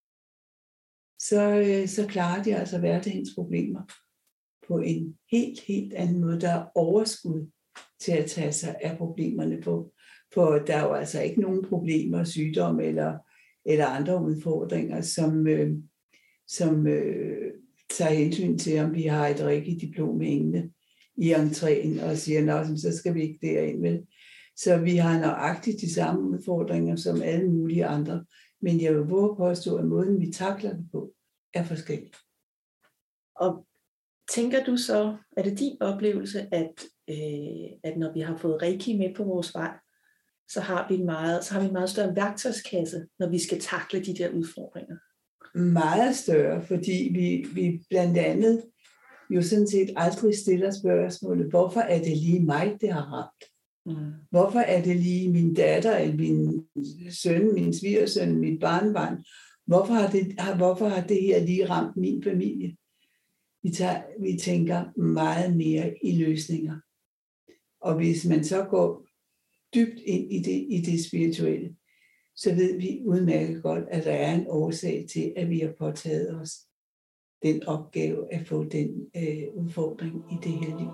så klarer de altså hverdagens problemer på en helt anden måde. Der er overskud til at tage sig af problemerne på. For der er jo altså ikke nogen problemer, sygdom eller andre udfordringer, som tager hensyn til, om vi har et rigtigt diplom hængende i entréen og siger, så skal vi ikke derind med. Så vi har nøjagtigt de samme udfordringer som alle mulige andre. Men jeg vil våge påstå, at måden vi takler det på, er forskellig. Og tænker du så, er det din oplevelse, at når vi har fået Reiki med på vores vej, så har vi en meget større værktøjskasse, når vi skal takle de der udfordringer? Meget større, fordi vi blandt andet jo sådan set aldrig stiller spørgsmålet, hvorfor er det lige mig, det har ramt? Hvorfor er det lige min datter, eller min søn, min svigersøn, mit barnebarn? Hvorfor har det her lige ramt min familie? Vi tænker meget mere i løsninger. Og hvis man så går dybt ind i det spirituelle, så ved vi udmærket godt, at der er en årsag til, at vi har påtaget os den opgave at få den udfordring i det her liv.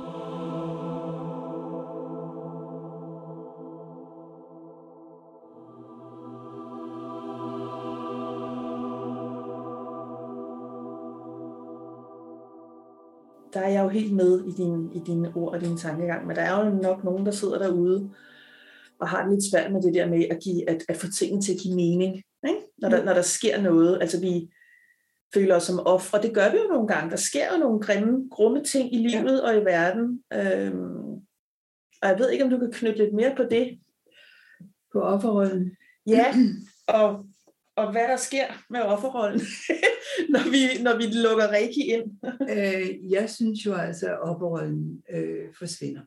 Der er jeg jo helt med i dine ord og din tankegang, men der er jo nok nogen, der sidder derude og har det lidt svært med det der med at få tingene til at give mening, ikke? Når der sker noget. Altså vi føler os som ofre, det gør vi jo nogle gange. Der sker jo nogle grumme ting i livet og i verden. Og jeg ved ikke, om du kan knytte lidt mere på det. På offerrollen? Ja, og hvad der sker med offerrollen, når vi lukker Reiki ind. Jeg synes jo altså, at offerrollen forsvinder.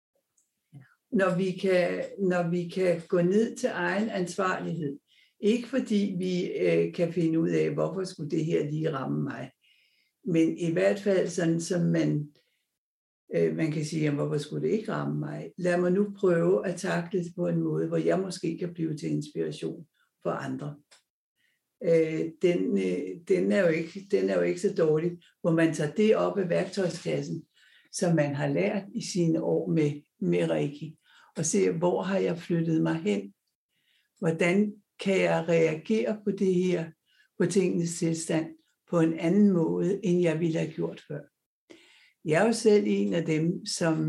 Når vi kan gå ned til egen ansvarlighed. Ikke fordi vi kan finde ud af, hvorfor skulle det her lige ramme mig. Men i hvert fald sådan, som man man kan sige, jamen, hvorfor skulle det ikke ramme mig? Lad mig nu prøve at takle det på en måde, hvor jeg måske kan blive til inspiration for andre. Den er jo ikke så dårlig, hvor man tager det op af værktøjskassen, som man har lært i sine år med Reiki, og ser, hvor har jeg flyttet mig hen? Hvordan kan jeg reagere på det her, på tingenes tilstand, på en anden måde, end jeg ville have gjort før? Jeg er jo selv en af dem,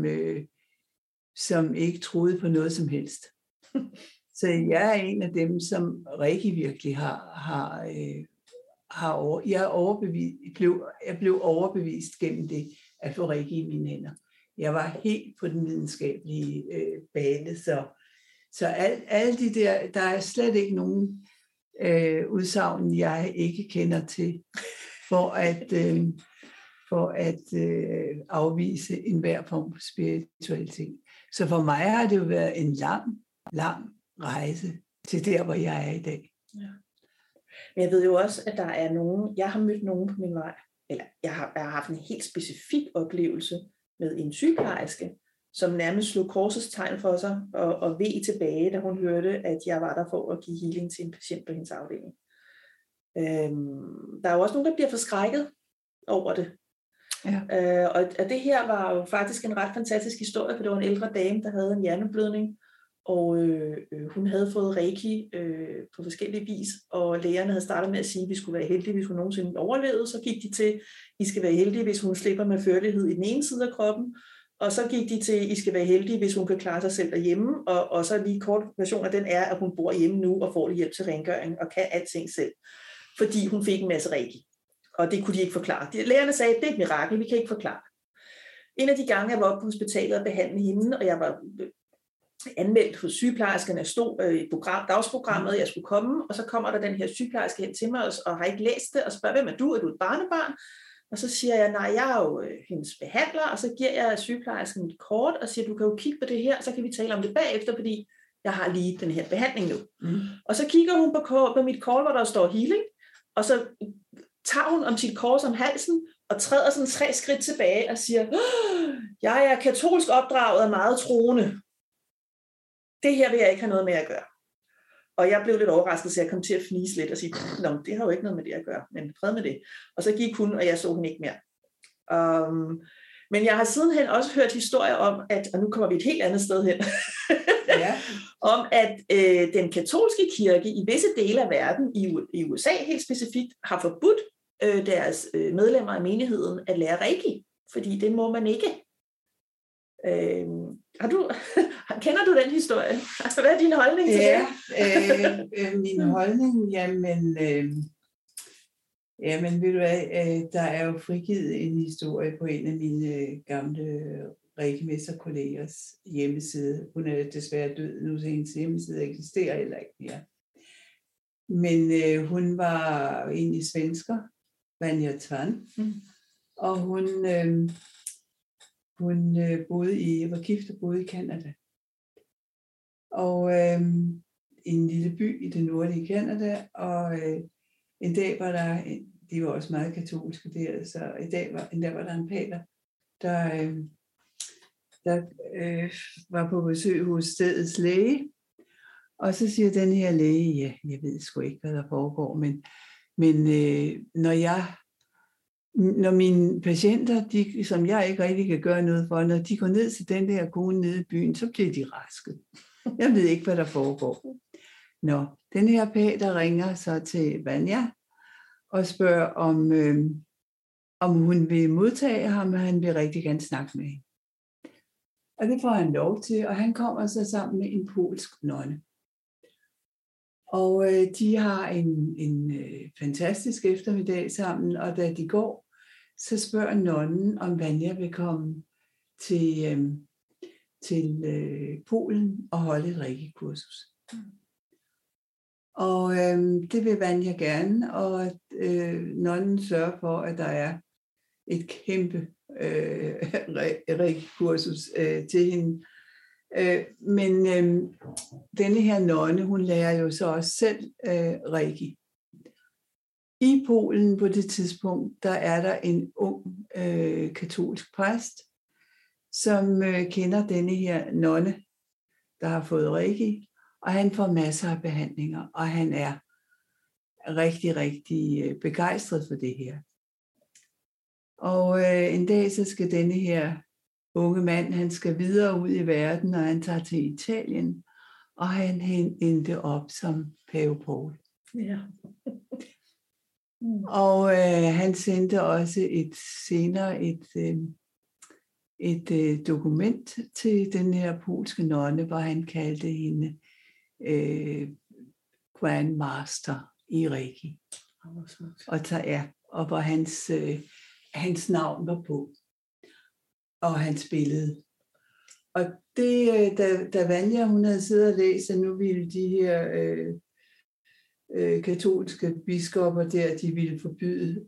som ikke troede på noget som helst. Så jeg er en af dem, som Reiki virkelig jeg blev overbevist gennem det, at få Reiki i mine hænder. Jeg var helt på den videnskabelige bane, så alle de der er slet ikke nogen udsagn, jeg ikke kender til, for at afvise enhver form for spiritualitet. Så for mig har det jo været en lang rejse til der, hvor jeg er i dag. Ja. Men jeg ved jo også, at der er nogen, jeg har mødt nogen på min vej, eller jeg har haft en helt specifik oplevelse med en sygeplejerske, som nærmest slog korsets tegn for sig og veg tilbage, da hun hørte, at jeg var der for at give healing til en patient på hendes afdeling. Der er jo også nogen, der bliver forskrækket over det. Ja. Og det her var jo faktisk en ret fantastisk historie, for det var en ældre dame, der havde en hjerneblødning, og hun havde fået Reiki på forskellige vis, og lægerne havde startet med at sige, at vi skulle være heldige, hvis hun nogensinde overlevede. Så gik de til, I skal være heldige, hvis hun slipper med førlighed i den ene side af kroppen, og så gik de til, I skal være heldige, hvis hun kan klare sig selv derhjemme, og så lige kort version af den er, at hun bor hjemme nu og får hjælp til rengøring og kan alting selv, fordi hun fik en masse Reiki. Og det kunne de ikke forklare. Lægerne sagde, at det er et mirakel, vi kan ikke forklare. En af de gange, jeg var oppe på hospitalet og behandle hende, og jeg var anmeldt hos sygeplejerskerne, stod i dagsprogrammet, jeg skulle komme, og så kommer der den her sygeplejerske hen til mig og har ikke læst det, og spørger, hvem er du? Er du et barnebarn? Og så siger jeg, nej, jeg er jo hendes behandler, og så giver jeg sygeplejersken et kort, og siger, du kan jo kigge på det her, så kan vi tale om det bagefter, fordi jeg har lige den her behandling nu. Og så kigger hun på mit kort, hvor der står healing, og så tager hun om sit kors om halsen, og træder sådan 3 skridt tilbage og siger, jeg er katolsk opdraget og meget troende. Det her vil jeg ikke have noget med at gøre. Og jeg blev lidt overrasket, så jeg kom til at fnise lidt og sige, nå, det har jo ikke noget med det at gøre, men fred med det. Og så gik hun, og jeg så hende ikke mere. Men jeg har sidenhen også hørt historier om, og nu kommer vi et helt andet sted hen, om at den katolske kirke i visse dele af verden, i USA helt specifikt, har forbudt deres medlemmer af menigheden at lære Reiki, fordi det må man ikke. Kender du den historie? Altså, hvad er din holdning til det? Min holdning, jamen ved du hvad, der er jo frigivet en historie på en af mine gamle Reiki-mesterkollegers hjemmeside. Hun er desværre død nu, så hendes hjemmeside eksisterer heller ikke mere. Men hun var egentlig svensker, Vanja Tvan, og hun var gift og boede i Canada. Og i en lille by i det nordlige Canada, og en dag var der, de var også meget katolske der, så en dag var der en pater, der var på besøg hos stedets læge, og så siger den her læge, ja, jeg ved sgu ikke, hvad der foregår, men når mine patienter, som jeg ikke rigtig kan gøre noget for, når de går ned til den der kone nede i byen, så bliver de raske. Jeg ved ikke, hvad der foregår. Nå, den her pater ringer så til Vanja og spørger, om hun vil modtage ham, og han vil rigtig gerne snakke med hende. Og det får han lov til, og han kommer så sammen med en polsk nonne. Og de har en fantastisk eftermiddag sammen, og da de går, så spørger nonnen, om Vanja vil komme til Polen og holde et Reiki-kursus. Og det vil Vanja gerne, og nonnen sørger for, at der er et kæmpe Reiki-kursus til hende. Men denne her nonne, hun lærer jo så også selv Reiki. I Polen på det tidspunkt, der er der en ung katolsk præst, som kender denne her nonne, der har fået Reiki, og han får masser af behandlinger, og han er rigtig, rigtig begejstret for det her. Og en dag så skal denne her unge mand, han skal videre ud i verden, og han tager til Italien, og han endte op som Pave Paul. Ja. Og han sendte også senere et dokument til den her polske nonne, hvor han kaldte hende Grandmaster i Reiki. Og hvor hans navn var på. Og hans billede. Og det, da Vanja, hun havde siddet og læst, at nu ville de her katolske biskopper der, de ville forbyde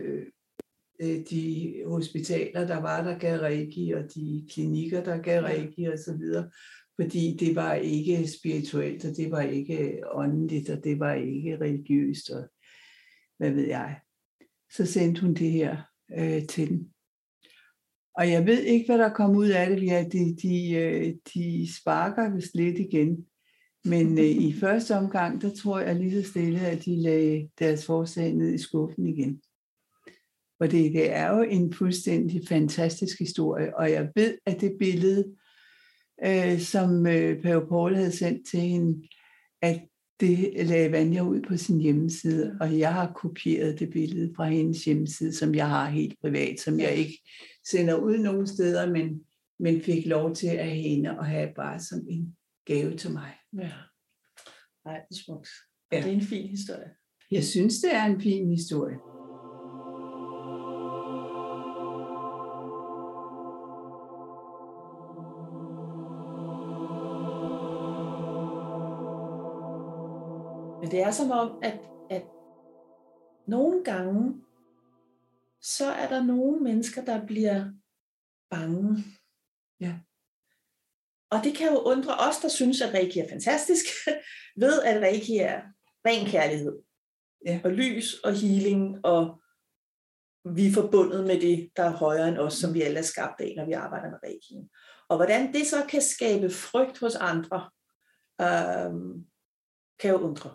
de hospitaler, der var, der gav Reiki, og de klinikker, der gav Reiki og så videre, fordi det var ikke spirituelt, og det var ikke åndeligt, og det var ikke religiøst, og hvad ved jeg. Så sendte hun det her til dem. Og jeg ved ikke, hvad der kom ud af det. De sparker vist lidt igen. Men i første omgang, der tror jeg lige så stille, at de lagde deres forslag ned i skuffen igen. For det er jo en fuldstændig fantastisk historie. Og jeg ved, at det billede, som Pave Paul havde sendt til hende, at det lagde Vanja ud på sin hjemmeside. Og jeg har kopieret det billede fra hendes hjemmeside, som jeg har helt privat, som jeg ikke sender ud nogen steder, men fik lov til at hende og have bare som en gave til mig. Ja. Nej, det er smukt. Ja. Det er en fin historie. Jeg synes, det er en fin historie. Men det er som om, at nogle gange, så er der nogle mennesker, der bliver bange. Ja. Og det kan jo undre os, der synes, at Reiki er fantastisk, ved at Reiki er ren kærlighed. Ja. Og lys og healing, og vi er forbundet med det, der er højere end os, som vi alle er skabt af, når vi arbejder med Reiki. Og hvordan det så kan skabe frygt hos andre, kan jo undre.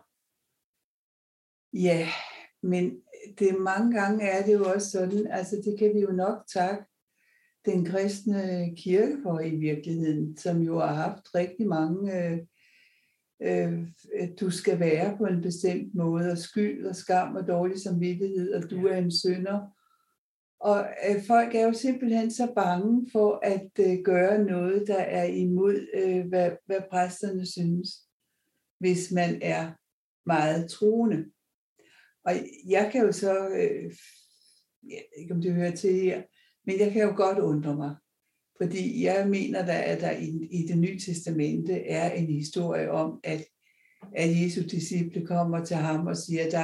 Ja, men mange gange er det jo også sådan, altså det kan vi jo nok takke den kristne kirke for i virkeligheden, som jo har haft rigtig mange, du skal være på en bestemt måde, og skyld og skam og dårlig samvittighed, og du er en synder. Og folk er jo simpelthen så bange for at gøre noget, der er imod, hvad præsterne synes, hvis man er meget troende. Og jeg kan jo så, jeg ved ikke om det hører til her, men jeg kan jo godt undre mig, fordi jeg mener, at der i det nye testamente er en historie om, at Jesu disciple kommer til ham og siger, at der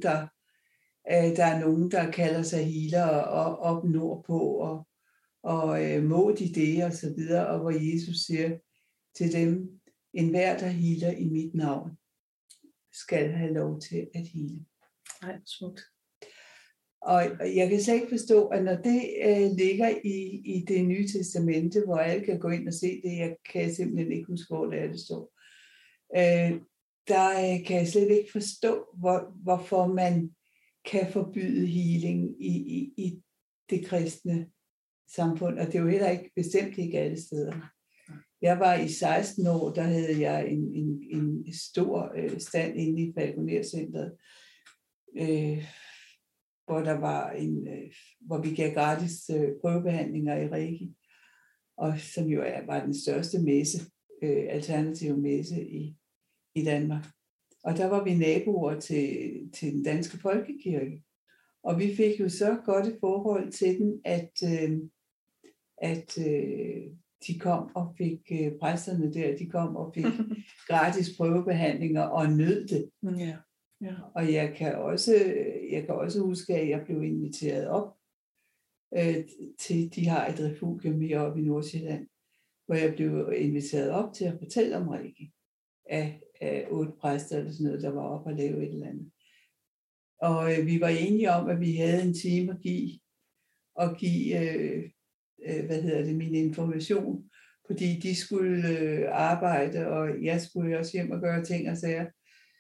er nogen, der kalder sig healer og op nordpå, og må de det, og så videre, og hvor Jesus siger til dem, enhver, der healer i mit navn, skal have lov til at heale. Nej, smukt. Og jeg kan slet ikke forstå, at når det ligger i det nye testamente, hvor alle kan gå ind og se det, jeg kan simpelthen ikke huske, hvor det står, der kan jeg slet ikke forstå, hvorfor man kan forbyde healing i det kristne samfund. Og det er jo heller ikke bestemt ikke alle steder. Jeg var i 16 år, der havde jeg en stor stand inde i Falconer-centret, hvor der var hvor vi gav gratis prøvebehandlinger i Reiki, og som jo var den største messe, alternative messe i Danmark. Og der var vi naboer til den danske folkekirke, og vi fik jo så godt et forhold til den, at de kom og fik præsterne der, de kom og fik gratis prøvebehandlinger og nød det. Ja. Ja. Og jeg kan også huske, at jeg blev inviteret op til, de har et refugium heroppe i Nordsjælland, hvor jeg blev inviteret op til at fortælle om Reiki af 8 præster eller sådan noget, der var oppe og lave et eller andet. Og vi var enige om, at vi havde en time at give min information, fordi de skulle arbejde, og jeg skulle også hjem og gøre ting og sager.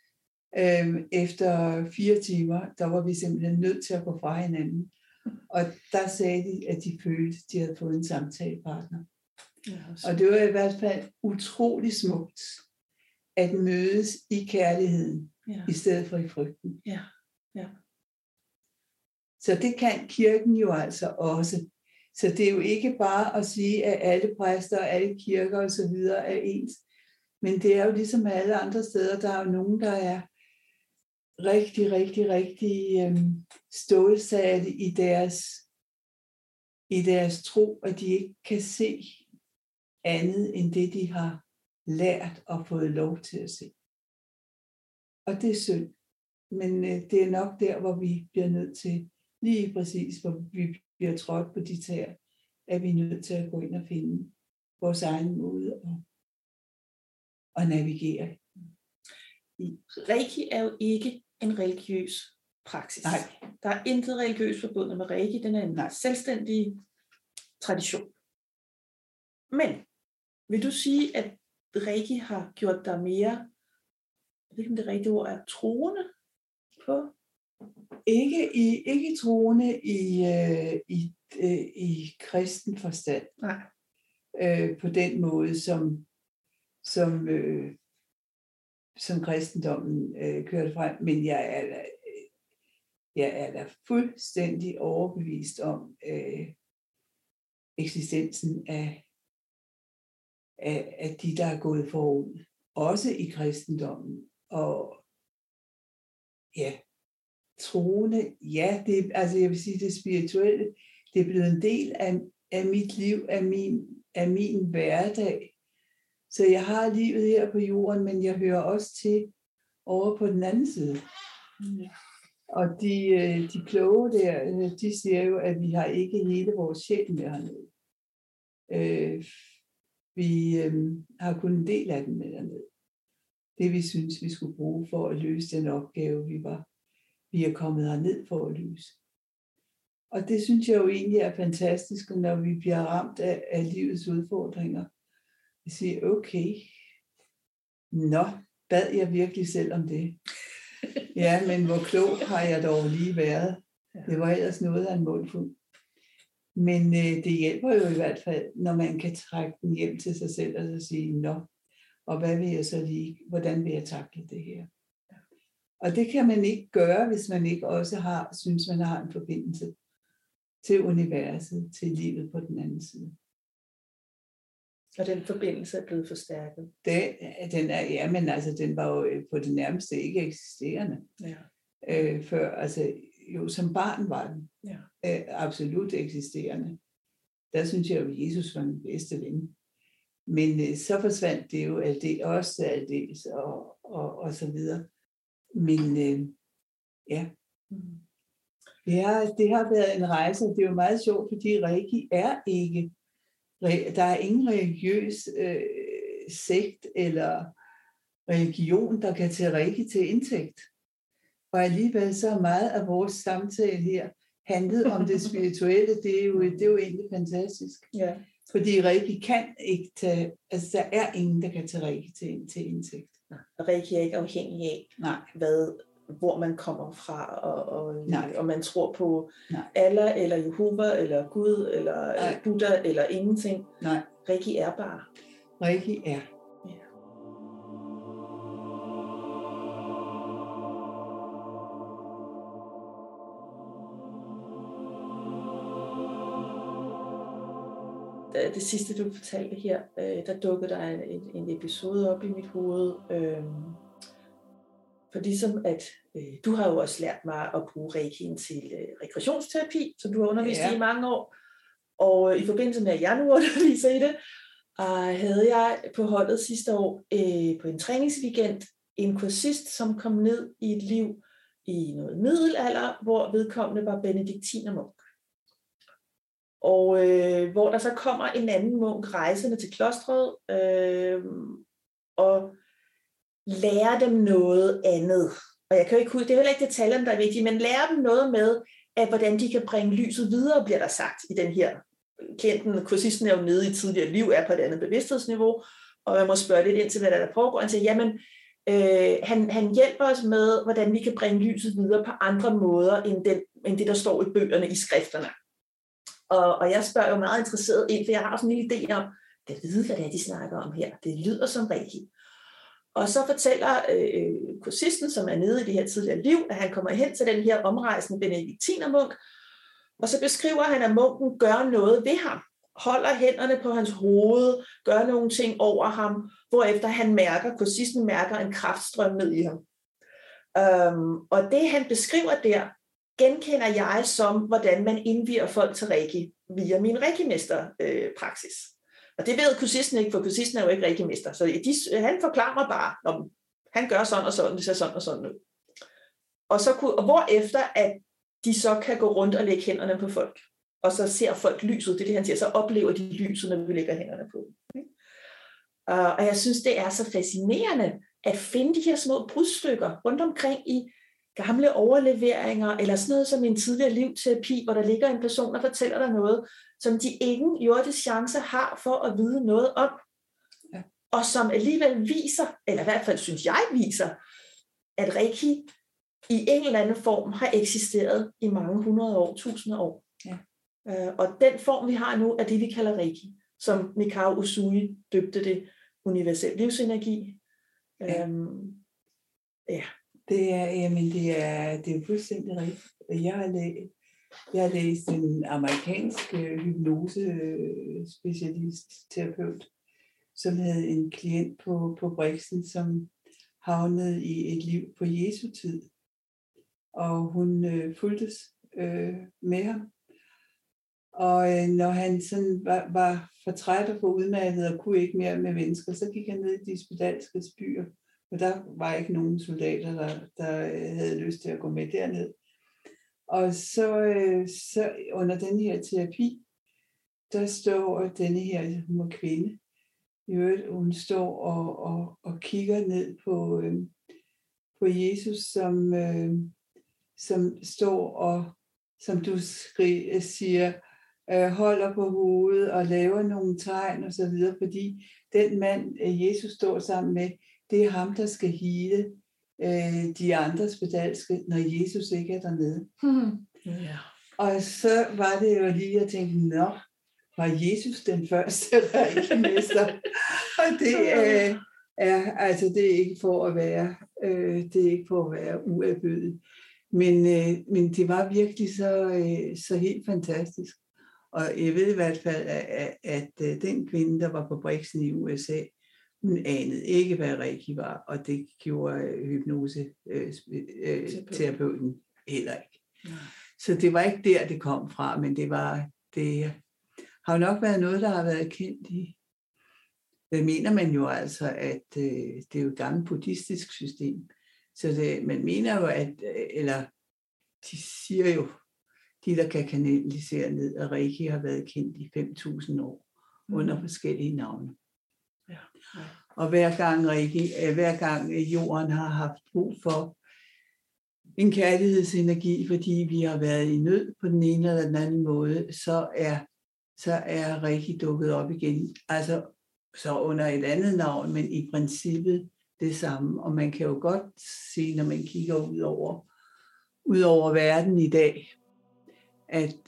Efter 4 timer, der var vi simpelthen nødt til at gå fra hinanden. Og der sagde de, at de følte, at de havde fået en samtalepartner. Ja, og det var i hvert fald utrolig smukt at mødes i kærligheden, i stedet for i frygten. Ja. Ja. Så det kan kirken jo altså også. Så det er jo ikke bare at sige, at alle præster og alle kirker og så videre er ens. Men det er jo ligesom alle andre steder, der er jo nogen, der er rigtig stålsatte i deres tro, at de ikke kan se andet end det, de har lært og fået lov til at se. Og det er synd. Men det er nok der, hvor vi bliver nødt til, lige præcis hvor vi bliver trådt på de tæer, at vi er nødt til at gå ind og finde vores egen måde og navigere. Reiki er jo ikke en religiøs praksis. Nej. Der er intet religiøst forbundet med Reiki. Den er en selvstændig tradition. Men vil du sige, at Reiki har gjort dig mere, jeg ved ikke om det rigtige ord er, troende på? Ikke troende i kristen forstand. Nej. På den måde, som kristendommen kørte frem. Men jeg er da fuldstændig overbevist om eksistensen af de, der er gået forud. Også i kristendommen. Og troende, jeg vil sige, det spirituelle, det er blevet en del af mit liv, af min hverdag. Så jeg har livet her på jorden, men jeg hører også til over på den anden side. Ja. Og de kloge der, de siger jo, at vi har ikke hele vores sjæl med hernede. Vi har kun en del af den med hernede. Det vi synes, vi skulle bruge for at løse den opgave, vi er kommet herned for at løse. Og det synes jeg jo egentlig er fantastisk, når vi bliver ramt af livets udfordringer. Jeg siger, okay, bad jeg virkelig selv om det? Ja, men hvor klog har jeg dog lige været? Det var ellers noget af en mundfuld. Men det hjælper jo i hvert fald, når man kan trække den hjem til sig selv og så sige, og hvad vil jeg så lige, hvordan vil jeg takle det her? Og det kan man ikke gøre, hvis man ikke også synes, man har en forbindelse til universet, til livet på den anden side. Og den forbindelse er blevet forstærket? Den var jo på det nærmeste ikke eksisterende. Ja. Før, jo som barn var den absolut eksisterende. Der synes jeg jo, at Jesus var den bedste ven. Men så forsvandt det jo aldeles og så videre. Men det har været en rejse, og det er jo meget sjovt, fordi Reiki er ikke, der er ingen religiøs sekt eller religion, der kan tage Reiki til indtægt. Og alligevel så meget af vores samtale her handlet om det spirituelle, det er jo egentlig fantastisk. Ja. Fordi Reiki kan ikke tage, der er ingen, der kan tage Reiki til indtægt. Og Reiki er ikke afhængig af, hvor man kommer fra, og man tror på Allah, eller Jehova, eller Gud, eller Buddha, eller ingenting. Nej. Reiki er bare. Reiki er. Det sidste, du fortalte her, der dukkede der en episode op i mit hoved. For ligesom at du har jo også lært mig at bruge Reiki'en til regressionsterapi, som du har undervist i mange år. Og i forbindelse med, at jeg nu underviser i det, havde jeg på holdet sidste år på en træningsweekend en kursist, som kom ned i et liv i noget middelalder, hvor vedkommende var benediktinermunk. Og hvor der så kommer en anden munk rejsende til klostret og lærer dem noget andet. Og jeg kan jo ikke huske, det er heller ikke detaljerne, der er vigtige, men lærer dem noget med, at hvordan de kan bringe lyset videre, bliver der sagt i den her klienten, kursisten er jo nede i tidligere liv, er på et andet bevidsthedsniveau, og jeg må spørge lidt ind til, hvad der foregår. Han siger, jamen, han hjælper os med, hvordan vi kan bringe lyset videre på andre måder, end det, der står i bøgerne, i skrifterne. Og jeg spørger jo meget interesseret ind, for jeg har sådan en idé om, at vide, hvad det er, de snakker om her. Det lyder som Reiki. Og så fortæller kursisten, som er nede i det her tidligere liv, at han kommer hen til den her omrejsende benediktinermunk, og så beskriver han, at munken gør noget ved ham, holder hænderne på hans hoved, gør nogle ting over ham, hvorefter kursisten mærker en kraftstrøm ned i ham. Og det han beskriver der, genkender jeg som, hvordan man indvier folk til Reiki via min Reiki-mester-praksis. Og det ved kursisten ikke, for kursisten er jo ikke Reiki-mester. Så han forklarer mig bare, om han gør sådan og sådan, det ser sådan og sådan ud. Og hvorefter, at de så kan gå rundt og lægge hænderne på folk. Og så ser folk lyset, det er det, han siger, så oplever de lyset, når vi lægger hænderne på dem. Og jeg synes, det er så fascinerende, at finde de her små brudstykker rundt omkring i gamle overleveringer, eller sådan noget som en tidligere livterapi, hvor der ligger en person, der fortæller dig noget, som de ingen jordisk chance har for at vide noget om. Ja. Og som alligevel viser, eller i hvert fald synes jeg viser, at Reiki i en eller anden form har eksisteret i mange hundrede år, tusinde år. Ja. Og den form, vi har nu, er det, vi kalder Reiki, som Mikao Usui døbte det universel livsenergi. Ja. Ja. Det er fuldstændig rigtigt. Jeg har læst en amerikansk hypnosespecialist, terapeut, som havde en klient på Brixen, som havnede i et liv på Jesu tid. Og hun fulgtes med ham. Og når han sådan var for træt og for udmattet og kunne ikke mere med mennesker, så gik han ned i de spedalske byer. Og der var ikke nogen soldater, der havde lyst til at gå med derned. Og så under den her terapi, der står denne her, hun var kvinde, i øvrigt, hun står og kigger ned på Jesus, som står og, som du siger, holder på hovedet og laver nogle tegn og så videre, fordi den mand, Jesus står sammen med, det er ham, der skal hele de andre spedalske, når Jesus ikke er dernede. Ja. Og så var det jo lige, at tænke, nå, var Jesus den første Reiki-mester? Og det det er ikke for at være, uærbødigt. Men det var virkelig så helt fantastisk. Og jeg ved i hvert fald, at den kvinde, der var på Brixen i USA, hun anede ikke, hvad Reiki var, og det gjorde hypnose-terapeuten heller ikke. Ja. Så det var ikke der, det kom fra, men det har jo nok været noget, der har været kendt i. Det mener man jo altså, at det er jo et gammelt buddhistisk system. Så man mener jo, eller de siger jo, de der kan kanalisere ned, at Reiki har været kendt i 5.000 år under forskellige navne. Ja. Ja. Og hver gang jorden har haft brug for en kærlighedsenergi, fordi vi har været i nød på den ene eller den anden måde, så er Reiki dukket op igen. Altså så under et andet navn, men i princippet det samme. Og man kan jo godt se, når man kigger ud over verden i dag, at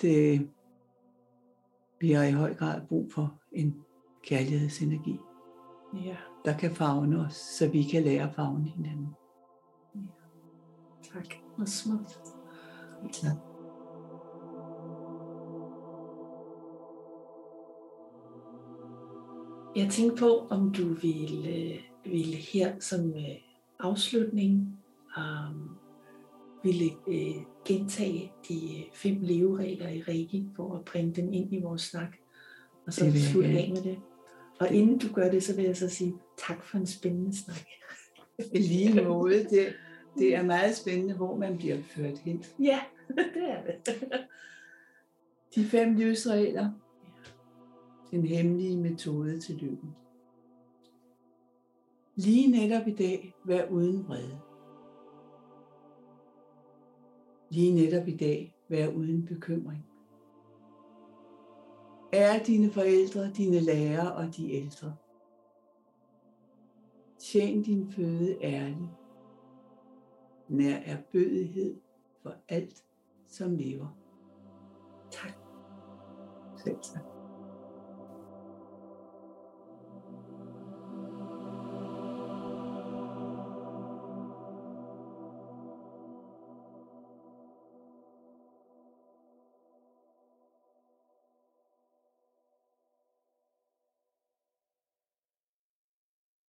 vi har i høj grad brug for en kærlighedsenergi, der kan favne os, så vi kan lære at favne hinanden. Ja. Tak. Hvor smukt. Tak. Jeg tænkte på, om du ville her som afslutning ville gentage de 5 leveregler i Reiki for at bringe dem ind i vores snak, og så slutte af med det. Og inden du gør det, så vil jeg så sige tak for en spændende snak. I lige måde, det er meget spændende, hvor man bliver ført hen. Ja, det er det. De 5 livsregler. Den hemmelige metode til lykken. Lige netop i dag, vær uden vrede. Lige netop i dag, vær uden bekymring. Ære dine forældre, dine lærere og de ældre. Tjen din føde ærligt. Nær ærbødighed for alt, som lever. Tak. Selv tak.